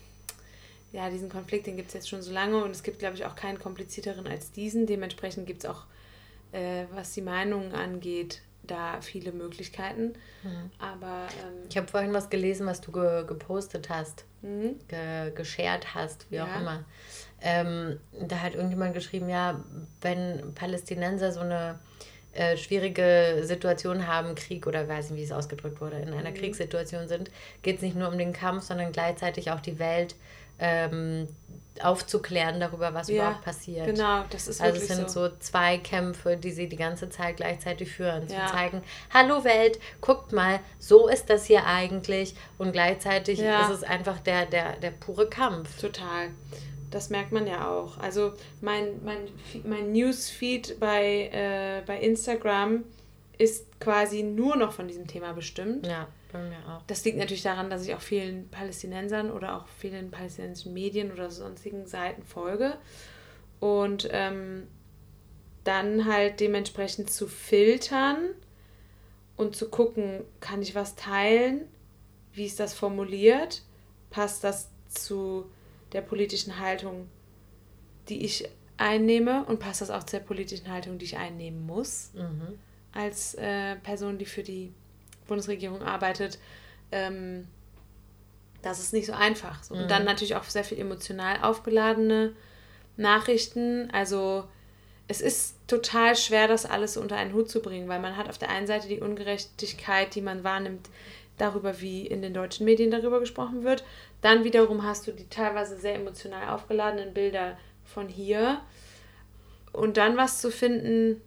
ja, diesen Konflikt, den gibt es jetzt schon so lange und es gibt, glaube ich, auch keinen komplizierteren als diesen. Dementsprechend gibt es auch, äh, was die Meinungen angeht, da viele Möglichkeiten. Mhm. Aber ähm, ich habe vorhin was gelesen, was du ge- gepostet hast, mhm. ge- geshared hast, wie auch ja. immer. Ähm, da hat irgendjemand geschrieben, ja, wenn Palästinenser so eine äh, schwierige Situation haben, Krieg oder weiß nicht, wie es ausgedrückt wurde, in einer mhm. Kriegssituation sind, geht es nicht nur um den Kampf, sondern gleichzeitig auch die Welt Ähm, aufzuklären darüber, was ja, überhaupt passiert. Genau, das ist also wirklich es sind so. so zwei Kämpfe, die sie die ganze Zeit gleichzeitig führen. Ja. Zu zeigen, hallo Welt, guckt mal, so ist das hier eigentlich. Und gleichzeitig ja. ist es einfach der, der, der pure Kampf. Total. Das merkt man ja auch. Also mein, mein, mein Newsfeed bei, äh, bei Instagram ist quasi nur noch von diesem Thema bestimmt. Ja. Bei mir auch. Das liegt natürlich daran, dass ich auch vielen Palästinensern oder auch vielen palästinensischen Medien oder sonstigen Seiten folge. Und ähm, dann halt dementsprechend zu filtern und zu gucken, kann ich was teilen? Wie ist das formuliert? Passt das zu der politischen Haltung, die ich einnehme? Und passt das auch zur politischen Haltung, die ich einnehmen muss? Mhm. Als äh, Person, die für die Bundesregierung arbeitet, ähm, das ist nicht so einfach. So. Mhm. Und dann natürlich auch sehr viel emotional aufgeladene Nachrichten. Also es ist total schwer, das alles unter einen Hut zu bringen, weil man hat auf der einen Seite die Ungerechtigkeit, die man wahrnimmt, darüber, wie in den deutschen Medien darüber gesprochen wird. Dann wiederum hast du die teilweise sehr emotional aufgeladenen Bilder von hier. Und dann was zu finden,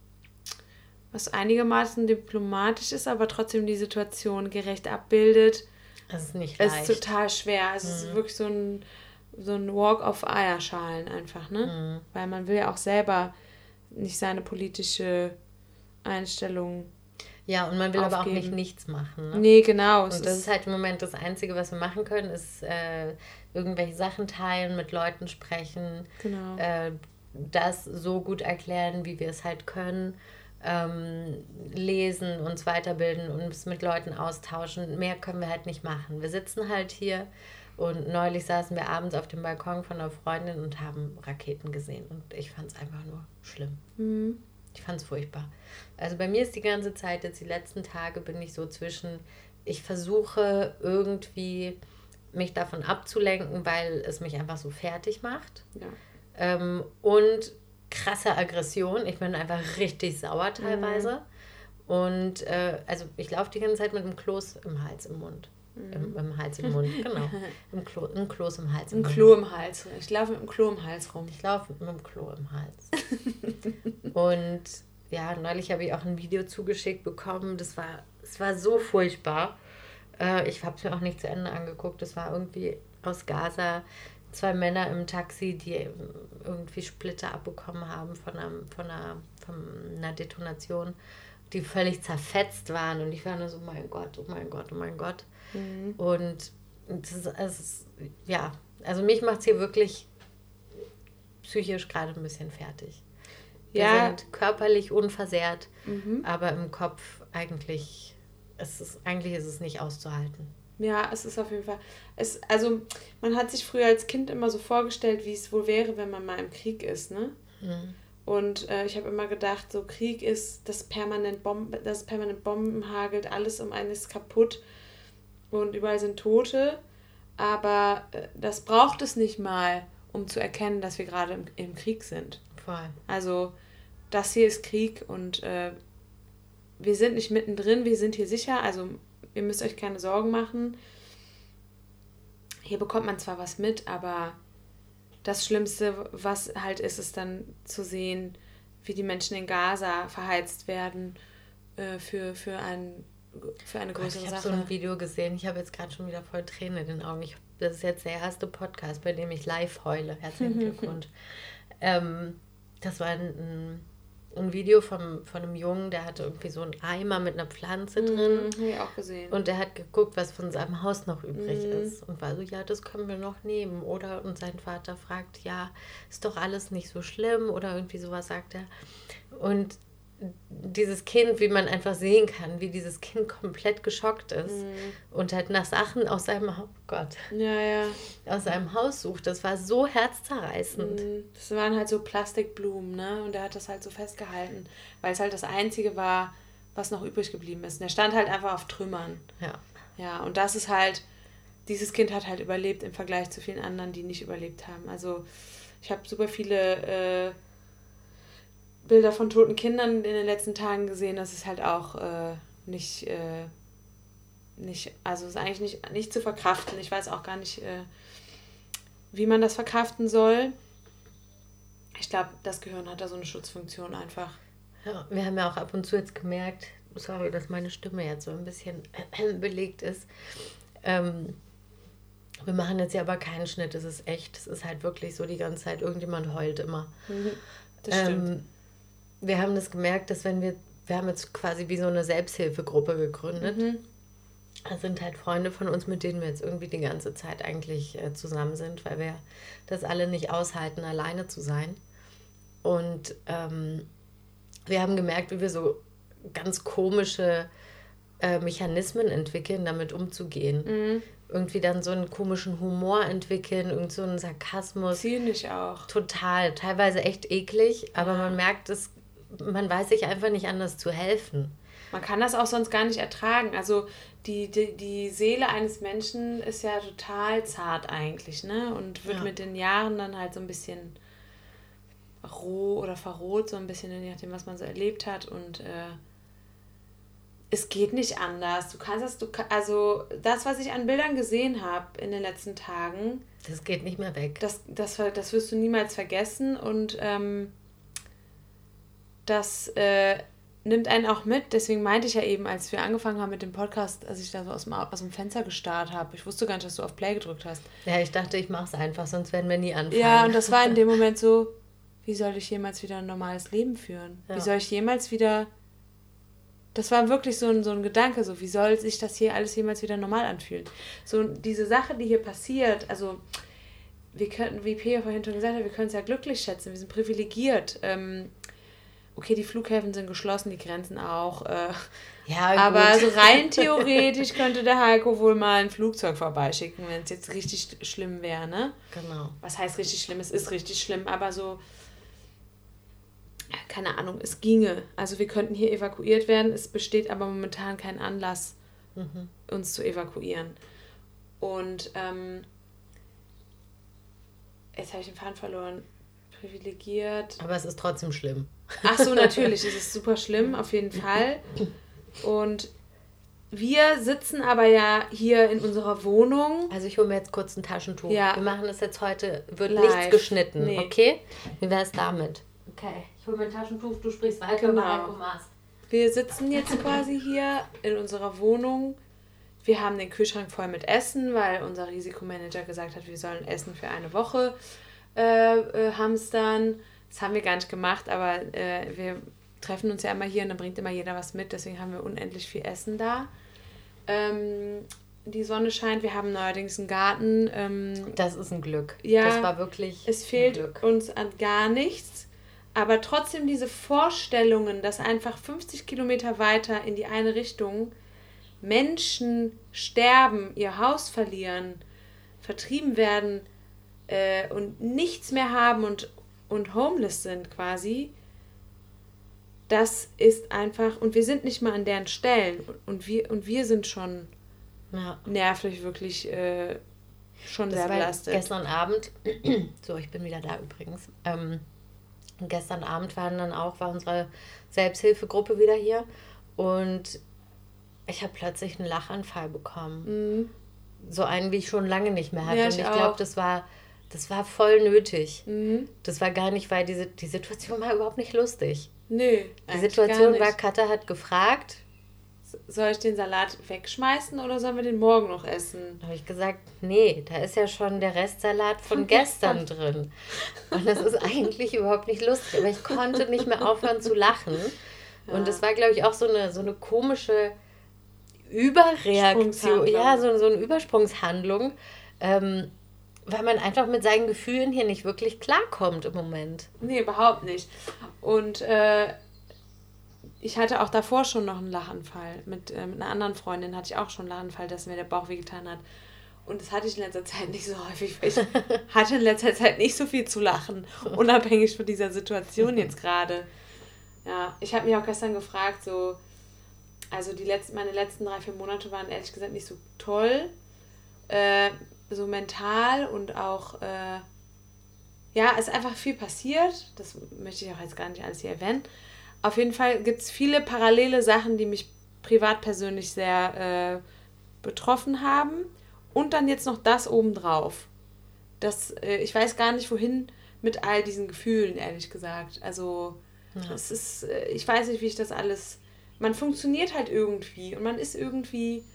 was einigermaßen diplomatisch ist, aber trotzdem die Situation gerecht abbildet. Das ist nicht leicht. Es ist total schwer. Es mhm. ist wirklich so ein, so ein Walk auf Eierschalen einfach, ne? Mhm. Weil man will ja auch selber nicht seine politische Einstellung Ja, und man will aufgeben. Aber auch nicht nichts machen. Ne? Nee, genau. Und das ist halt im Moment das Einzige, was wir machen können, ist äh, irgendwelche Sachen teilen, mit Leuten sprechen, genau. äh, das so gut erklären, wie wir es halt können. ähm, lesen, uns weiterbilden, uns mit Leuten austauschen. Mehr können wir halt nicht machen. Wir sitzen halt hier und neulich saßen wir abends auf dem Balkon von einer Freundin und haben Raketen gesehen und ich fand es einfach nur schlimm. Mhm. Ich fand es furchtbar. Also bei mir ist die ganze Zeit, jetzt die letzten Tage bin ich so zwischen, ich versuche irgendwie mich davon abzulenken, weil es mich einfach so fertig macht. Ja. Ähm, und krasse Aggression. Ich bin einfach richtig sauer teilweise. Mhm. Und äh, also ich laufe die ganze Zeit mit einem Kloß im Hals, im Mund. Mhm. Im, Im Hals, im Mund, genau. Im Klo, ein Kloß im Hals. Im ein Mund. Klo im Hals. Ich laufe mit einem Klo im Hals rum. Ich laufe mit einem Klo im Hals. Und ja, neulich habe ich auch ein Video zugeschickt bekommen. Das war, das war so furchtbar. Äh, ich habe es mir auch nicht zu Ende angeguckt. Das war irgendwie aus Gaza. Zwei Männer im Taxi, die irgendwie Splitter abbekommen haben von einer, von einer, von einer Detonation, die völlig zerfetzt waren. Und ich war nur so, mein Gott, oh mein Gott, oh mein Gott. Mhm. Und das ist, es ist, ja, also mich macht es hier wirklich psychisch gerade ein bisschen fertig. Wir ja. sind körperlich unversehrt, mhm. aber im Kopf eigentlich, es ist, eigentlich ist es nicht auszuhalten. Ja, es ist auf jeden Fall, es, also man hat sich früher als Kind immer so vorgestellt, wie es wohl wäre, wenn man mal im Krieg ist, ne? Mhm. Und äh, ich habe immer gedacht, so Krieg ist, dass permanent, Bomben, dass permanent Bomben hagelt, alles um einen ist kaputt und überall sind Tote, aber äh, das braucht es nicht mal, um zu erkennen, dass wir gerade im, im Krieg sind. Voll. Also das hier ist Krieg und äh, wir sind nicht mittendrin, wir sind hier sicher, also ihr müsst euch keine Sorgen machen. Hier bekommt man zwar was mit, aber das Schlimmste, was halt ist, ist dann zu sehen, wie die Menschen in Gaza verheizt werden äh, für, für, ein, für eine größere Gott, ich Sache. Ich habe so ein Video gesehen, ich habe jetzt gerade schon wieder voll Tränen in den Augen. Ich, das ist jetzt der erste Podcast, bei dem ich live heule. Herzlichen Glückwunsch. ähm, das war ein... ein ein Video vom, von einem Jungen, der hatte irgendwie so einen Eimer mit einer Pflanze drin. Mm, habe ich auch gesehen. Und der hat geguckt, was von seinem Haus noch übrig mm. ist. Und war so, ja, das können wir noch nehmen. Oder, und sein Vater fragt, ja, ist doch alles nicht so schlimm. Oder irgendwie sowas sagt er. Und dieses Kind, wie man einfach sehen kann, wie dieses Kind komplett geschockt ist mm. und halt nach Sachen aus seinem, oh Gott, ja, ja. aus seinem Haus sucht. Das war so herzzerreißend. Mm. Das waren halt so Plastikblumen, ne? Und er hat das halt so festgehalten, weil es halt das Einzige war, was noch übrig geblieben ist. Und er stand halt einfach auf Trümmern. Ja. Ja, und das ist halt, dieses Kind hat halt überlebt im Vergleich zu vielen anderen, die nicht überlebt haben. Also ich habe super viele äh, Bilder von toten Kindern in den letzten Tagen gesehen. Das ist halt auch äh, nicht, äh, nicht, also ist eigentlich nicht, nicht zu verkraften. Ich weiß auch gar nicht, äh, wie man das verkraften soll. Ich glaube, das Gehirn hat da so eine Schutzfunktion einfach. Ja, wir haben ja auch ab und zu jetzt gemerkt, sorry, dass meine Stimme jetzt so ein bisschen belegt ist. Ähm, wir machen jetzt ja aber keinen Schnitt, es ist echt, es ist halt wirklich so die ganze Zeit, irgendjemand heult immer. Mhm, das stimmt. Ähm, wir haben das gemerkt, dass wenn wir, wir haben jetzt quasi wie so eine Selbsthilfegruppe gegründet. Mhm. Das sind halt Freunde von uns, mit denen wir jetzt irgendwie die ganze Zeit eigentlich äh, zusammen sind, weil wir das alle nicht aushalten, alleine zu sein. Und ähm, wir haben gemerkt, wie wir so ganz komische äh, Mechanismen entwickeln, damit umzugehen. Mhm. Irgendwie dann so einen komischen Humor entwickeln, irgend so einen Sarkasmus. Ziemlich auch. Total, teilweise echt eklig, aber ja. man merkt, dass man weiß sich einfach nicht anders zu helfen. Man kann das auch sonst gar nicht ertragen. Also die, die, die Seele eines Menschen ist ja total zart eigentlich, ne? Und wird ja. mit den Jahren dann halt so ein bisschen roh oder verroht, so ein bisschen, je nachdem, was man so erlebt hat. Und äh, es geht nicht anders. Du kannst das, du also das, was ich an Bildern gesehen habe in den letzten Tagen, das geht nicht mehr weg. Das, das, das wirst du niemals vergessen und ähm, das äh, nimmt einen auch mit. Deswegen meinte ich ja eben, als wir angefangen haben mit dem Podcast, als ich da so aus dem, aus dem Fenster gestarrt habe, ich wusste gar nicht, dass du auf Play gedrückt hast. Ja, ich dachte, ich mache es einfach, sonst werden wir nie anfangen. Ja, und das war in dem Moment so, wie soll ich jemals wieder ein normales Leben führen? Ja. Wie soll ich jemals wieder... Das war wirklich so ein, so ein Gedanke, so wie soll sich das hier alles jemals wieder normal anfühlen? So diese Sache, die hier passiert, also wir können, wie Pia vorhin schon gesagt hat, wir können es ja glücklich schätzen, wir sind privilegiert. Ähm, okay, die Flughäfen sind geschlossen, die Grenzen auch. Äh, ja, aber so rein theoretisch könnte der Heiko wohl mal ein Flugzeug vorbeischicken, wenn es jetzt richtig schlimm wäre, ne? Genau. Was heißt richtig schlimm? Es ist richtig schlimm, aber so, keine Ahnung, es ginge. Also wir könnten hier evakuiert werden, es besteht aber momentan kein Anlass, mhm. uns zu evakuieren. Und ähm, jetzt habe ich den Faden verloren. Privilegiert. Aber es ist trotzdem schlimm. Ach so, natürlich, es ist super schlimm, auf jeden Fall. Und wir sitzen aber ja hier in unserer Wohnung. Also ich hole mir jetzt kurz ein Taschentuch. Ja. Wir machen das jetzt heute, wird Live. nichts geschnitten, Nee. okay? Wie wäre es damit? Okay, ich hole mir ein Taschentuch, du sprichst weiter, Genau. weil du machst. Wir sitzen jetzt quasi hier in unserer Wohnung. Wir haben den Kühlschrank voll mit Essen, weil unser Risikomanager gesagt hat, wir sollen Essen für eine Woche äh, äh, hamstern. Das haben wir gar nicht gemacht, aber äh, wir treffen uns ja immer hier und dann bringt immer jeder was mit, deswegen haben wir unendlich viel Essen da. Ähm, die Sonne scheint, wir haben neuerdings einen Garten. Ähm, das ist ein Glück. Ja, das war wirklich es fehlt ein Glück. uns an gar nichts, aber trotzdem diese Vorstellungen, dass einfach fünfzig Kilometer weiter in die eine Richtung Menschen sterben, ihr Haus verlieren, vertrieben werden äh, und nichts mehr haben und, und homeless sind quasi, das ist einfach, und wir sind nicht mal an deren Stellen und wir, und wir sind schon ja. nervlich wirklich äh, schon das sehr belastet. Gestern Abend, so ich bin wieder da übrigens, ähm, gestern Abend waren dann auch, war unsere Selbsthilfegruppe wieder hier und ich habe plötzlich einen Lachanfall bekommen. Mhm. So einen, wie ich schon lange nicht mehr hatte. Ja, und ich ich glaube, das war, das war voll nötig. Mhm. Das war gar nicht, weil diese, die Situation war überhaupt nicht lustig. Nö. Die Situation war, Katha hat gefragt. Soll ich den Salat wegschmeißen oder sollen wir den morgen noch essen? Da habe ich gesagt, nee, da ist ja schon der Restsalat von, von gestern, gestern drin. Und das ist eigentlich überhaupt nicht lustig. Aber ich konnte nicht mehr aufhören zu lachen. Ja. Und das war, glaube ich, auch so eine, so eine komische Überreaktion. Ja, so, so eine Übersprungshandlung. Ähm, weil man einfach mit seinen Gefühlen hier nicht wirklich klarkommt im Moment. Nee, überhaupt nicht. Und äh, ich hatte auch davor schon noch einen Lachanfall. Mit, äh, mit einer anderen Freundin hatte ich auch schon einen Lachanfall, dass mir der Bauch wehgetan hat. Und das hatte ich in letzter Zeit nicht so häufig. Ich hatte in letzter Zeit nicht so viel zu lachen, unabhängig von dieser Situation jetzt gerade. Ja, ich habe mich auch gestern gefragt, so, also die letzten, meine letzten drei, vier Monate waren ehrlich gesagt nicht so toll. Äh, so mental und auch, äh, ja, es ist einfach viel passiert. Das möchte ich auch jetzt gar nicht alles hier erwähnen. Auf jeden Fall gibt es viele parallele Sachen, die mich privat persönlich sehr äh, betroffen haben. Und dann jetzt noch das obendrauf. Das, äh, ich weiß gar nicht, wohin mit all diesen Gefühlen, ehrlich gesagt. Also, ja. es ist, äh, ich weiß nicht, wie ich das alles... Man funktioniert halt irgendwie und man ist irgendwie...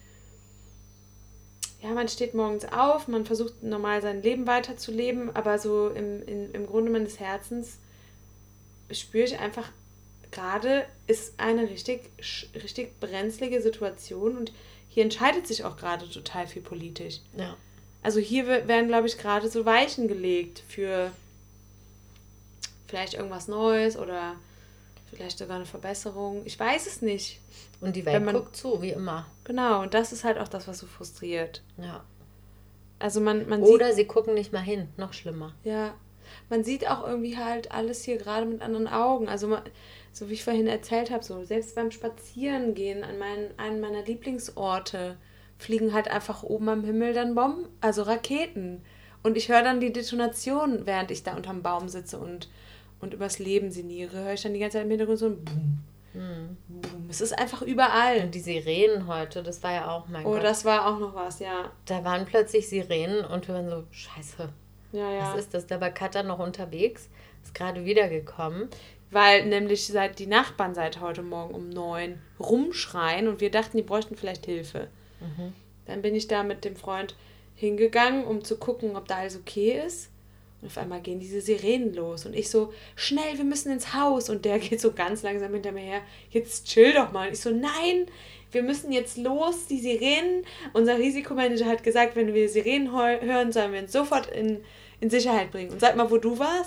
Ja, man steht morgens auf, man versucht normal sein Leben weiterzuleben, aber so im, im, im Grunde meines Herzens spüre ich einfach, gerade ist eine richtig, richtig brenzlige Situation und hier entscheidet sich auch gerade total viel politisch. Ja. Also hier werden, glaube ich, gerade so Weichen gelegt für vielleicht irgendwas Neues oder vielleicht sogar eine Verbesserung. Ich weiß es nicht. Und die Welt man, guckt zu, wie immer. Genau, und das ist halt auch das, was so frustriert. Ja. Also man, man Oder sieht, sie gucken nicht mal hin, noch schlimmer. Ja, man sieht auch irgendwie halt alles hier gerade mit anderen Augen. Also man, so wie ich vorhin erzählt habe, so selbst beim Spazierengehen an meinen, einen meiner Lieblingsorte fliegen halt einfach oben am Himmel dann Bomben, also Raketen. Und ich höre dann die Detonation, während ich da unterm Baum sitze und, und übers Leben sinniere, höre ich dann die ganze Zeit im Hintergrund so ein Boom. Hm. Boom. Es ist einfach überall. Und die Sirenen heute, das war ja auch, mein oh, Gott. Oh, das war auch noch was, ja. Da waren plötzlich Sirenen und wir waren so, scheiße. Ja, ja. Was ist das? Da war Katha noch unterwegs, ist gerade wiedergekommen. Weil nämlich seit die Nachbarn seit heute Morgen um neun rumschreien und wir dachten, die bräuchten vielleicht Hilfe. Mhm. Dann bin ich da mit dem Freund hingegangen, um zu gucken, ob da alles okay ist. Und auf einmal gehen diese Sirenen los. Und ich so, schnell, wir müssen ins Haus. Und der geht so ganz langsam hinter mir her. Jetzt chill doch mal. Und ich so, nein, wir müssen jetzt los, die Sirenen. Unser Risikomanager hat gesagt, wenn wir Sirenen hören, sollen wir uns sofort in, in Sicherheit bringen. Und sag mal, wo du warst?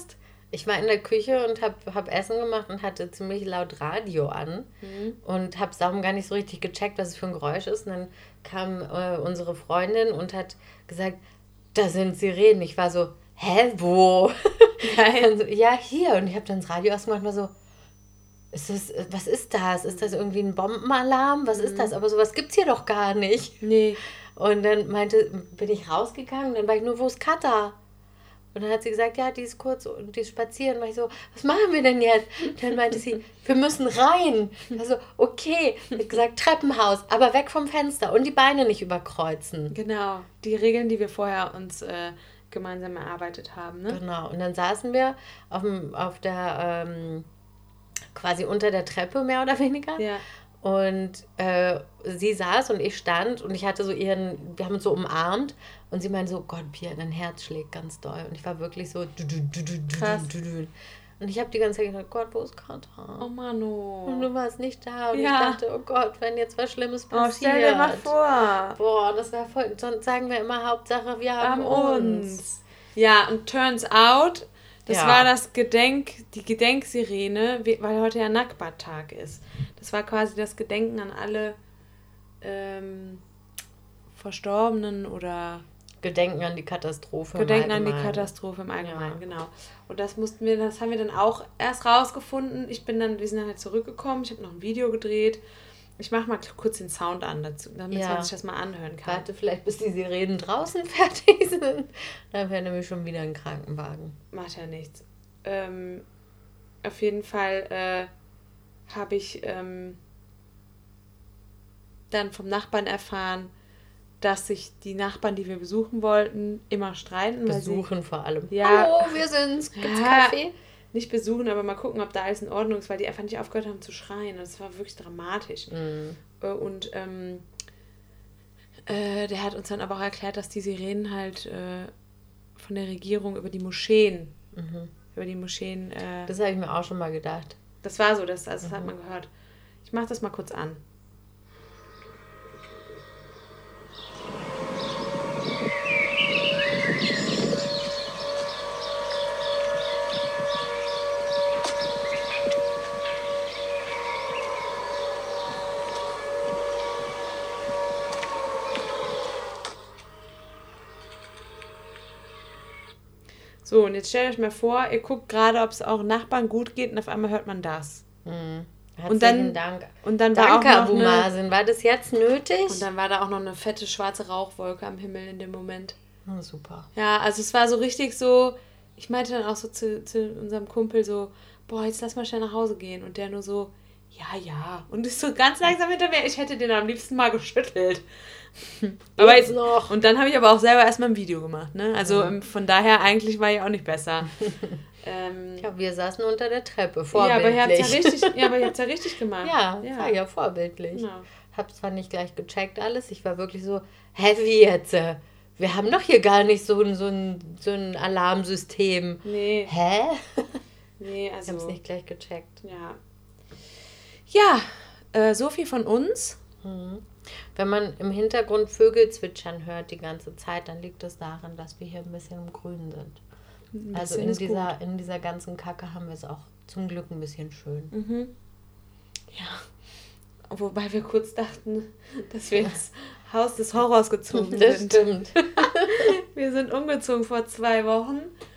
ich war in der Küche und habe hab Essen gemacht und hatte ziemlich laut Radio an mhm. und habe darum gar nicht so richtig gecheckt, was es für ein Geräusch ist. Und dann kam äh, unsere Freundin und hat gesagt, da sind Sirenen. Ich war so, hä, wo? so, ja, hier. Und ich habe dann das Radio ausgemacht und war so, ist das, was ist das? Ist das irgendwie ein Bombenalarm? Was mhm. ist das? Aber sowas gibt's hier doch gar nicht. Nee. Und dann meinte, bin ich rausgegangen und dann war ich nur, wo ist Katha? Und dann hat sie gesagt, ja, die ist kurz und die ist spazieren. Und war ich so, was machen wir denn jetzt? Und dann meinte sie, wir müssen rein. Also, okay. Ich habe gesagt, Treppenhaus, aber weg vom Fenster und die Beine nicht überkreuzen. Genau, die Regeln, die wir vorher uns äh, gemeinsam erarbeitet haben. Ne? Genau, und dann saßen wir auf, dem, auf der, ähm, quasi unter der Treppe, mehr oder weniger. Ja. Und äh, sie saß und ich stand und ich hatte so ihren, wir haben uns so umarmt und sie meinte so, Gott, Pia, dein Herz schlägt ganz doll. Und ich war wirklich so, du, du, du, du, Krass. Du, du. Und ich habe die ganze Zeit gedacht, Gott, wo ist Katha? Oh Manu. Und du warst nicht da. Und ja. ich dachte, oh Gott, wenn jetzt was Schlimmes passiert. Oh, stell dir mal vor. Boah, das wäre voll, sonst sagen wir immer, Hauptsache, wir haben uns. uns. Ja, und turns out, das ja. war das Gedenk, die Gedenksirene, weil heute ja Nakba-Tag ist. Das war quasi das Gedenken an alle ähm, Verstorbenen oder Gedenken an die Katastrophe Gedenken an die Katastrophe im Allgemeinen, ja. Genau. Und das mussten wir, das haben wir dann auch erst rausgefunden. Ich bin dann, wir sind dann halt zurückgekommen, ich habe noch ein Video gedreht. Ich mache mal kurz den Sound an dazu, damit ja. man sich das mal anhören kann. Warte vielleicht, bis die Sirenen draußen fertig sind. Dann wäre nämlich schon wieder ein Krankenwagen. Macht ja nichts. Ähm, auf jeden Fall äh, habe ich ähm, dann vom Nachbarn erfahren, dass sich die Nachbarn, die wir besuchen wollten, immer streiten. Besuchen sie, vor allem. Ja, hallo, wir sind's. Gibt's ja, Kaffee? Nicht besuchen, aber mal gucken, ob da alles in Ordnung ist, weil die einfach nicht aufgehört haben zu schreien. Das war wirklich dramatisch. Mm. Und ähm, äh, der hat uns dann aber auch erklärt, dass die Sirenen halt äh, von der Regierung über die Moscheen, mhm. über die Moscheen... Äh, das habe ich mir auch schon mal gedacht. Das war so, das, also das mhm. hat man gehört. Ich mache das mal kurz an. So, und jetzt stellt euch mal vor, ihr guckt gerade, ob es euren Nachbarn gut geht und auf einmal hört man das. Mhm. Und dann, Dank. Und dann Danke, war auch Abu noch Mazen. War das jetzt nötig? Und dann war da auch noch eine fette schwarze Rauchwolke am Himmel in dem Moment. Oh, super. Ja, also es war so richtig so, ich meinte dann auch so zu, zu unserem Kumpel so, boah, jetzt lass mal schnell nach Hause gehen. Und der nur so, ja, ja. Und ist so ganz langsam hinter mir, ich hätte den am liebsten mal geschüttelt. aber jetzt noch. Und dann habe ich aber auch selber erstmal ein Video gemacht, ne? Also mhm. von daher eigentlich war ich auch nicht besser. ähm, ja, wir saßen unter der Treppe, vorbildlich. Ja, aber ihr habt ja richtig, ja, aber ihr habt's ja richtig gemacht. Ja, ja, war ja vorbildlich. Genau. Hab zwar nicht gleich gecheckt alles, ich war wirklich so, hä, wie jetzt? Wir haben doch hier gar nicht so ein, so ein, so ein Alarmsystem. Nee. Hä? Nee, also... Ich hab's nicht gleich gecheckt. Ja. Ja, äh, so viel von uns. Mhm. Wenn man im Hintergrund Vögel zwitschern hört die ganze Zeit, dann liegt es daran, dass wir hier ein bisschen im Grünen sind. Ein also in dieser, in dieser ganzen Kacke haben wir es auch zum Glück ein bisschen schön. Mhm. Ja. Wobei wir kurz dachten, dass wir ins Haus des Horrors gezogen das sind. Das stimmt. Wir sind umgezogen vor zwei Wochen.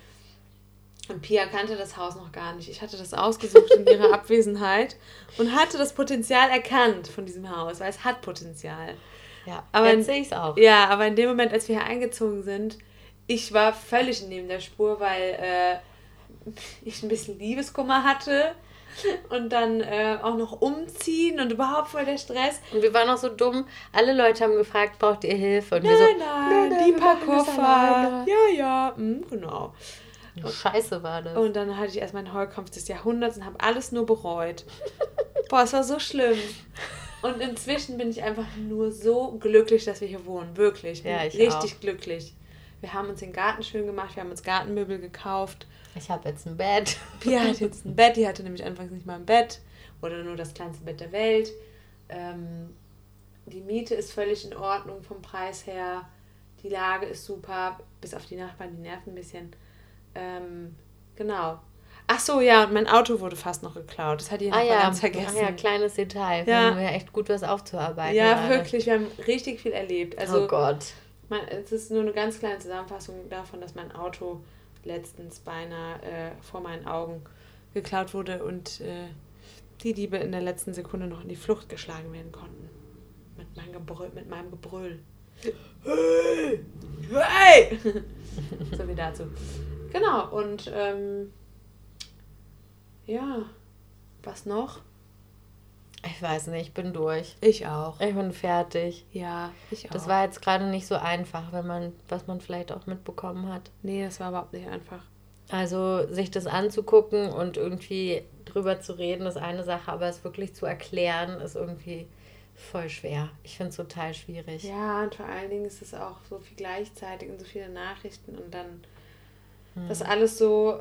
Und Pia kannte das Haus noch gar nicht. Ich hatte das ausgesucht in ihrer Abwesenheit und hatte das Potenzial erkannt von diesem Haus, weil es hat Potenzial. Ja, aber jetzt sehe ich es auch. Ja, aber in dem Moment, als wir hier eingezogen sind, ich war völlig neben der Spur, weil äh, ich ein bisschen Liebeskummer hatte und dann äh, auch noch umziehen und überhaupt voll der Stress. Und wir waren auch so dumm. Alle Leute haben gefragt, braucht ihr Hilfe? Und nein, wir so, nein, nein, die paar Koffer. Ja, ja, mhm, genau. Scheiße war das. Und dann hatte ich erst meinen Heulkrampf des Jahrhunderts und habe alles nur bereut. Boah, es war so schlimm. Und inzwischen bin ich einfach nur so glücklich, dass wir hier wohnen. Wirklich. Ja, ich richtig auch. glücklich. Wir haben uns den Garten schön gemacht, wir haben uns Gartenmöbel gekauft. Ich habe jetzt ein Bett. Pia hat jetzt ein Bett, die hatte nämlich anfangs nicht mal ein Bett. Oder nur das kleinste Bett der Welt. Ähm, die Miete ist völlig in Ordnung vom Preis her. Die Lage ist super, bis auf die Nachbarn, die nerven ein bisschen. Ähm, genau. Ach so, ja, und mein Auto wurde fast noch geklaut. Das hatte ich noch ah, ja. ganz vergessen. Ach ja, kleines Detail. Ja. Da haben wir echt gut was aufzuarbeiten. Ja, gerade. wirklich. Wir haben richtig viel erlebt. Also, oh Gott. Man, es ist nur eine ganz kleine Zusammenfassung davon, dass mein Auto letztens beinahe äh, vor meinen Augen geklaut wurde und äh, die Diebe in der letzten Sekunde noch in die Flucht geschlagen werden konnten. Mit meinem Gebrüll. Mit meinem Gebrüll. Hey! Hey! So wie dazu. Genau, und ähm, ja, was noch? Ich weiß nicht, ich bin durch. Ich auch. Ich bin fertig. Ja, ich auch. Das war jetzt gerade nicht so einfach, wenn man, was man vielleicht auch mitbekommen hat. Nee, das war überhaupt nicht einfach. Also sich das anzugucken und irgendwie drüber zu reden, ist eine Sache, aber es wirklich zu erklären, ist irgendwie voll schwer. Ich finde es total schwierig. Ja, und vor allen Dingen ist es auch so viel gleichzeitig und so viele Nachrichten und dann hm. das alles so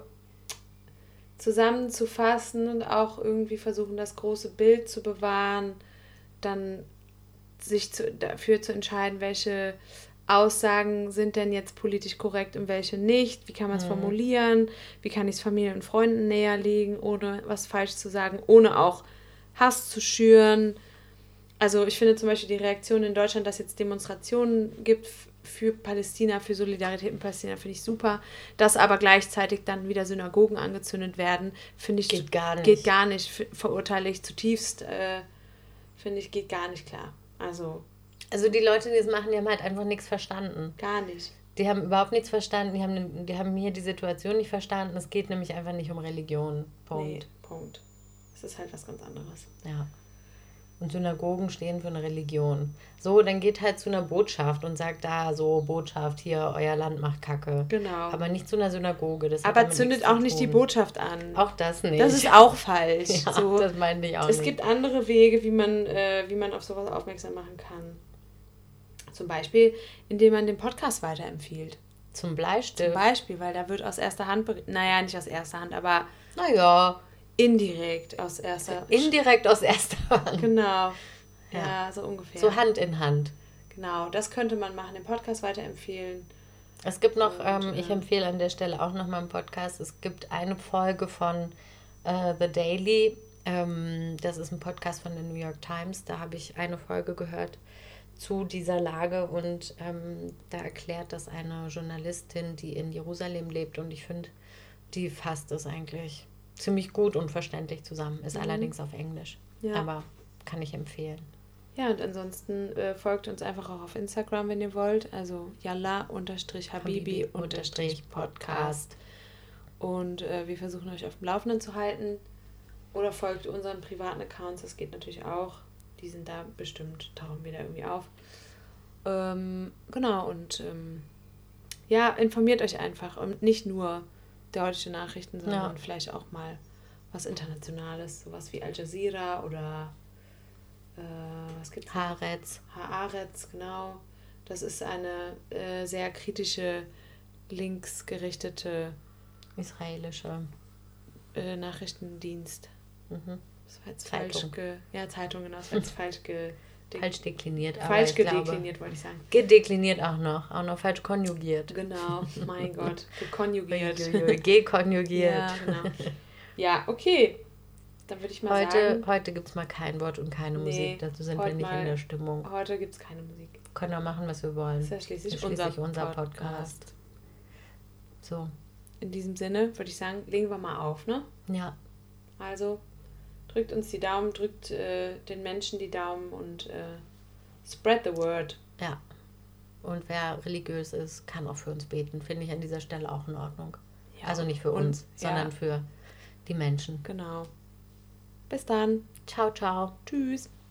zusammenzufassen und auch irgendwie versuchen, das große Bild zu bewahren, dann sich zu, dafür zu entscheiden, welche Aussagen sind denn jetzt politisch korrekt und welche nicht, wie kann man es mhm. formulieren, wie kann ich es Familie und Freunden näher legen, ohne was falsch zu sagen, ohne auch Hass zu schüren. Also ich finde zum Beispiel die Reaktion in Deutschland, dass jetzt Demonstrationen gibt für Palästina, für Solidarität mit Palästina, finde ich super. Dass aber gleichzeitig dann wieder Synagogen angezündet werden, finde ich... Geht gar nicht. Geht gar nicht, verurteile ich zutiefst, äh, finde ich, geht gar nicht klar. Also... Also die Leute, die das machen, die haben halt einfach nichts verstanden. Gar nicht. Die haben überhaupt nichts verstanden, die haben, die haben hier die Situation nicht verstanden. Es geht nämlich einfach nicht um Religion. Punkt. Nee, Punkt. Es ist halt was ganz anderes. Ja. Und Synagogen stehen für eine Religion. So, dann geht halt zu einer Botschaft und sagt da so, Botschaft, hier, euer Land macht Kacke. Genau. Aber nicht zu einer Synagoge. Das Aber zündet auch nicht die Botschaft an. Auch das nicht. Das ist auch falsch. Ja, so. Das meinte ich auch es nicht. Es gibt andere Wege, wie man, äh, wie man auf sowas aufmerksam machen kann. Zum Beispiel, indem man den Podcast weiterempfiehlt. Zum Bleistift? Zum Beispiel, weil da wird aus erster Hand berichtet. Naja, nicht aus erster Hand, aber... Naja... Indirekt aus erster... Indirekt aus erster Hand. Genau. Ja, ja, so ungefähr. So Hand in Hand. Genau, das könnte man machen, den Podcast weiterempfehlen. Es gibt noch, Und, ähm, äh, ich empfehle an der Stelle auch nochmal einen Podcast, es gibt eine Folge von äh, The Daily, ähm, das ist ein Podcast von der New York Times, da habe ich eine Folge gehört zu dieser Lage und ähm, da erklärt das eine Journalistin, die in Jerusalem lebt und ich finde, die fasst es eigentlich ziemlich gut und verständlich zusammen. Ist mhm. allerdings auf Englisch. Ja. Aber kann ich empfehlen. Ja, und ansonsten äh, folgt uns einfach auch auf Instagram, wenn ihr wollt. Also Yalla-Habibi-Podcast. Und äh, wir versuchen euch auf dem Laufenden zu halten. Oder folgt unseren privaten Accounts. Das geht natürlich auch. Die sind da bestimmt, tauchen wieder irgendwie auf. Ähm, genau, und ähm, ja, informiert euch einfach. Und nicht nur deutsche Nachrichten, sondern ja. vielleicht auch mal was Internationales, sowas wie Al Jazeera oder äh, was gibt's? Haaretz. Haaretz, genau. Das ist eine äh, sehr kritische, linksgerichtete israelische äh, Nachrichtendienst. Mhm. Das war jetzt Zeitung. falsch ge... Ja, Zeitung, genau. Das war jetzt falsch ge... Falsch dekliniert. Falsch aber gedekliniert, wollte ich sagen. Gedekliniert auch noch. Auch noch falsch konjugiert. Genau, mein Gott. Gekonjugiert. Gekonjugiert. Ja, genau. Ja, okay. Dann würde ich mal heute, sagen... Heute gibt es mal kein Wort und keine nee, Musik. Dazu sind wir nicht mal, in der Stimmung. Heute gibt es keine Musik. Wir können auch machen, was wir wollen. Das ist ja schließlich, das ist schließlich unser, unser Podcast. Podcast. So. In diesem Sinne würde ich sagen, legen wir mal auf, ne? Ja. Also... Drückt uns die Daumen, drückt äh, den Menschen die Daumen und äh, spread the word. Ja. Und wer religiös ist, kann auch für uns beten. Finde ich an dieser Stelle auch in Ordnung. Ja. Also nicht für und, uns, sondern ja. für die Menschen. Genau. Bis dann. Ciao, ciao. Tschüss.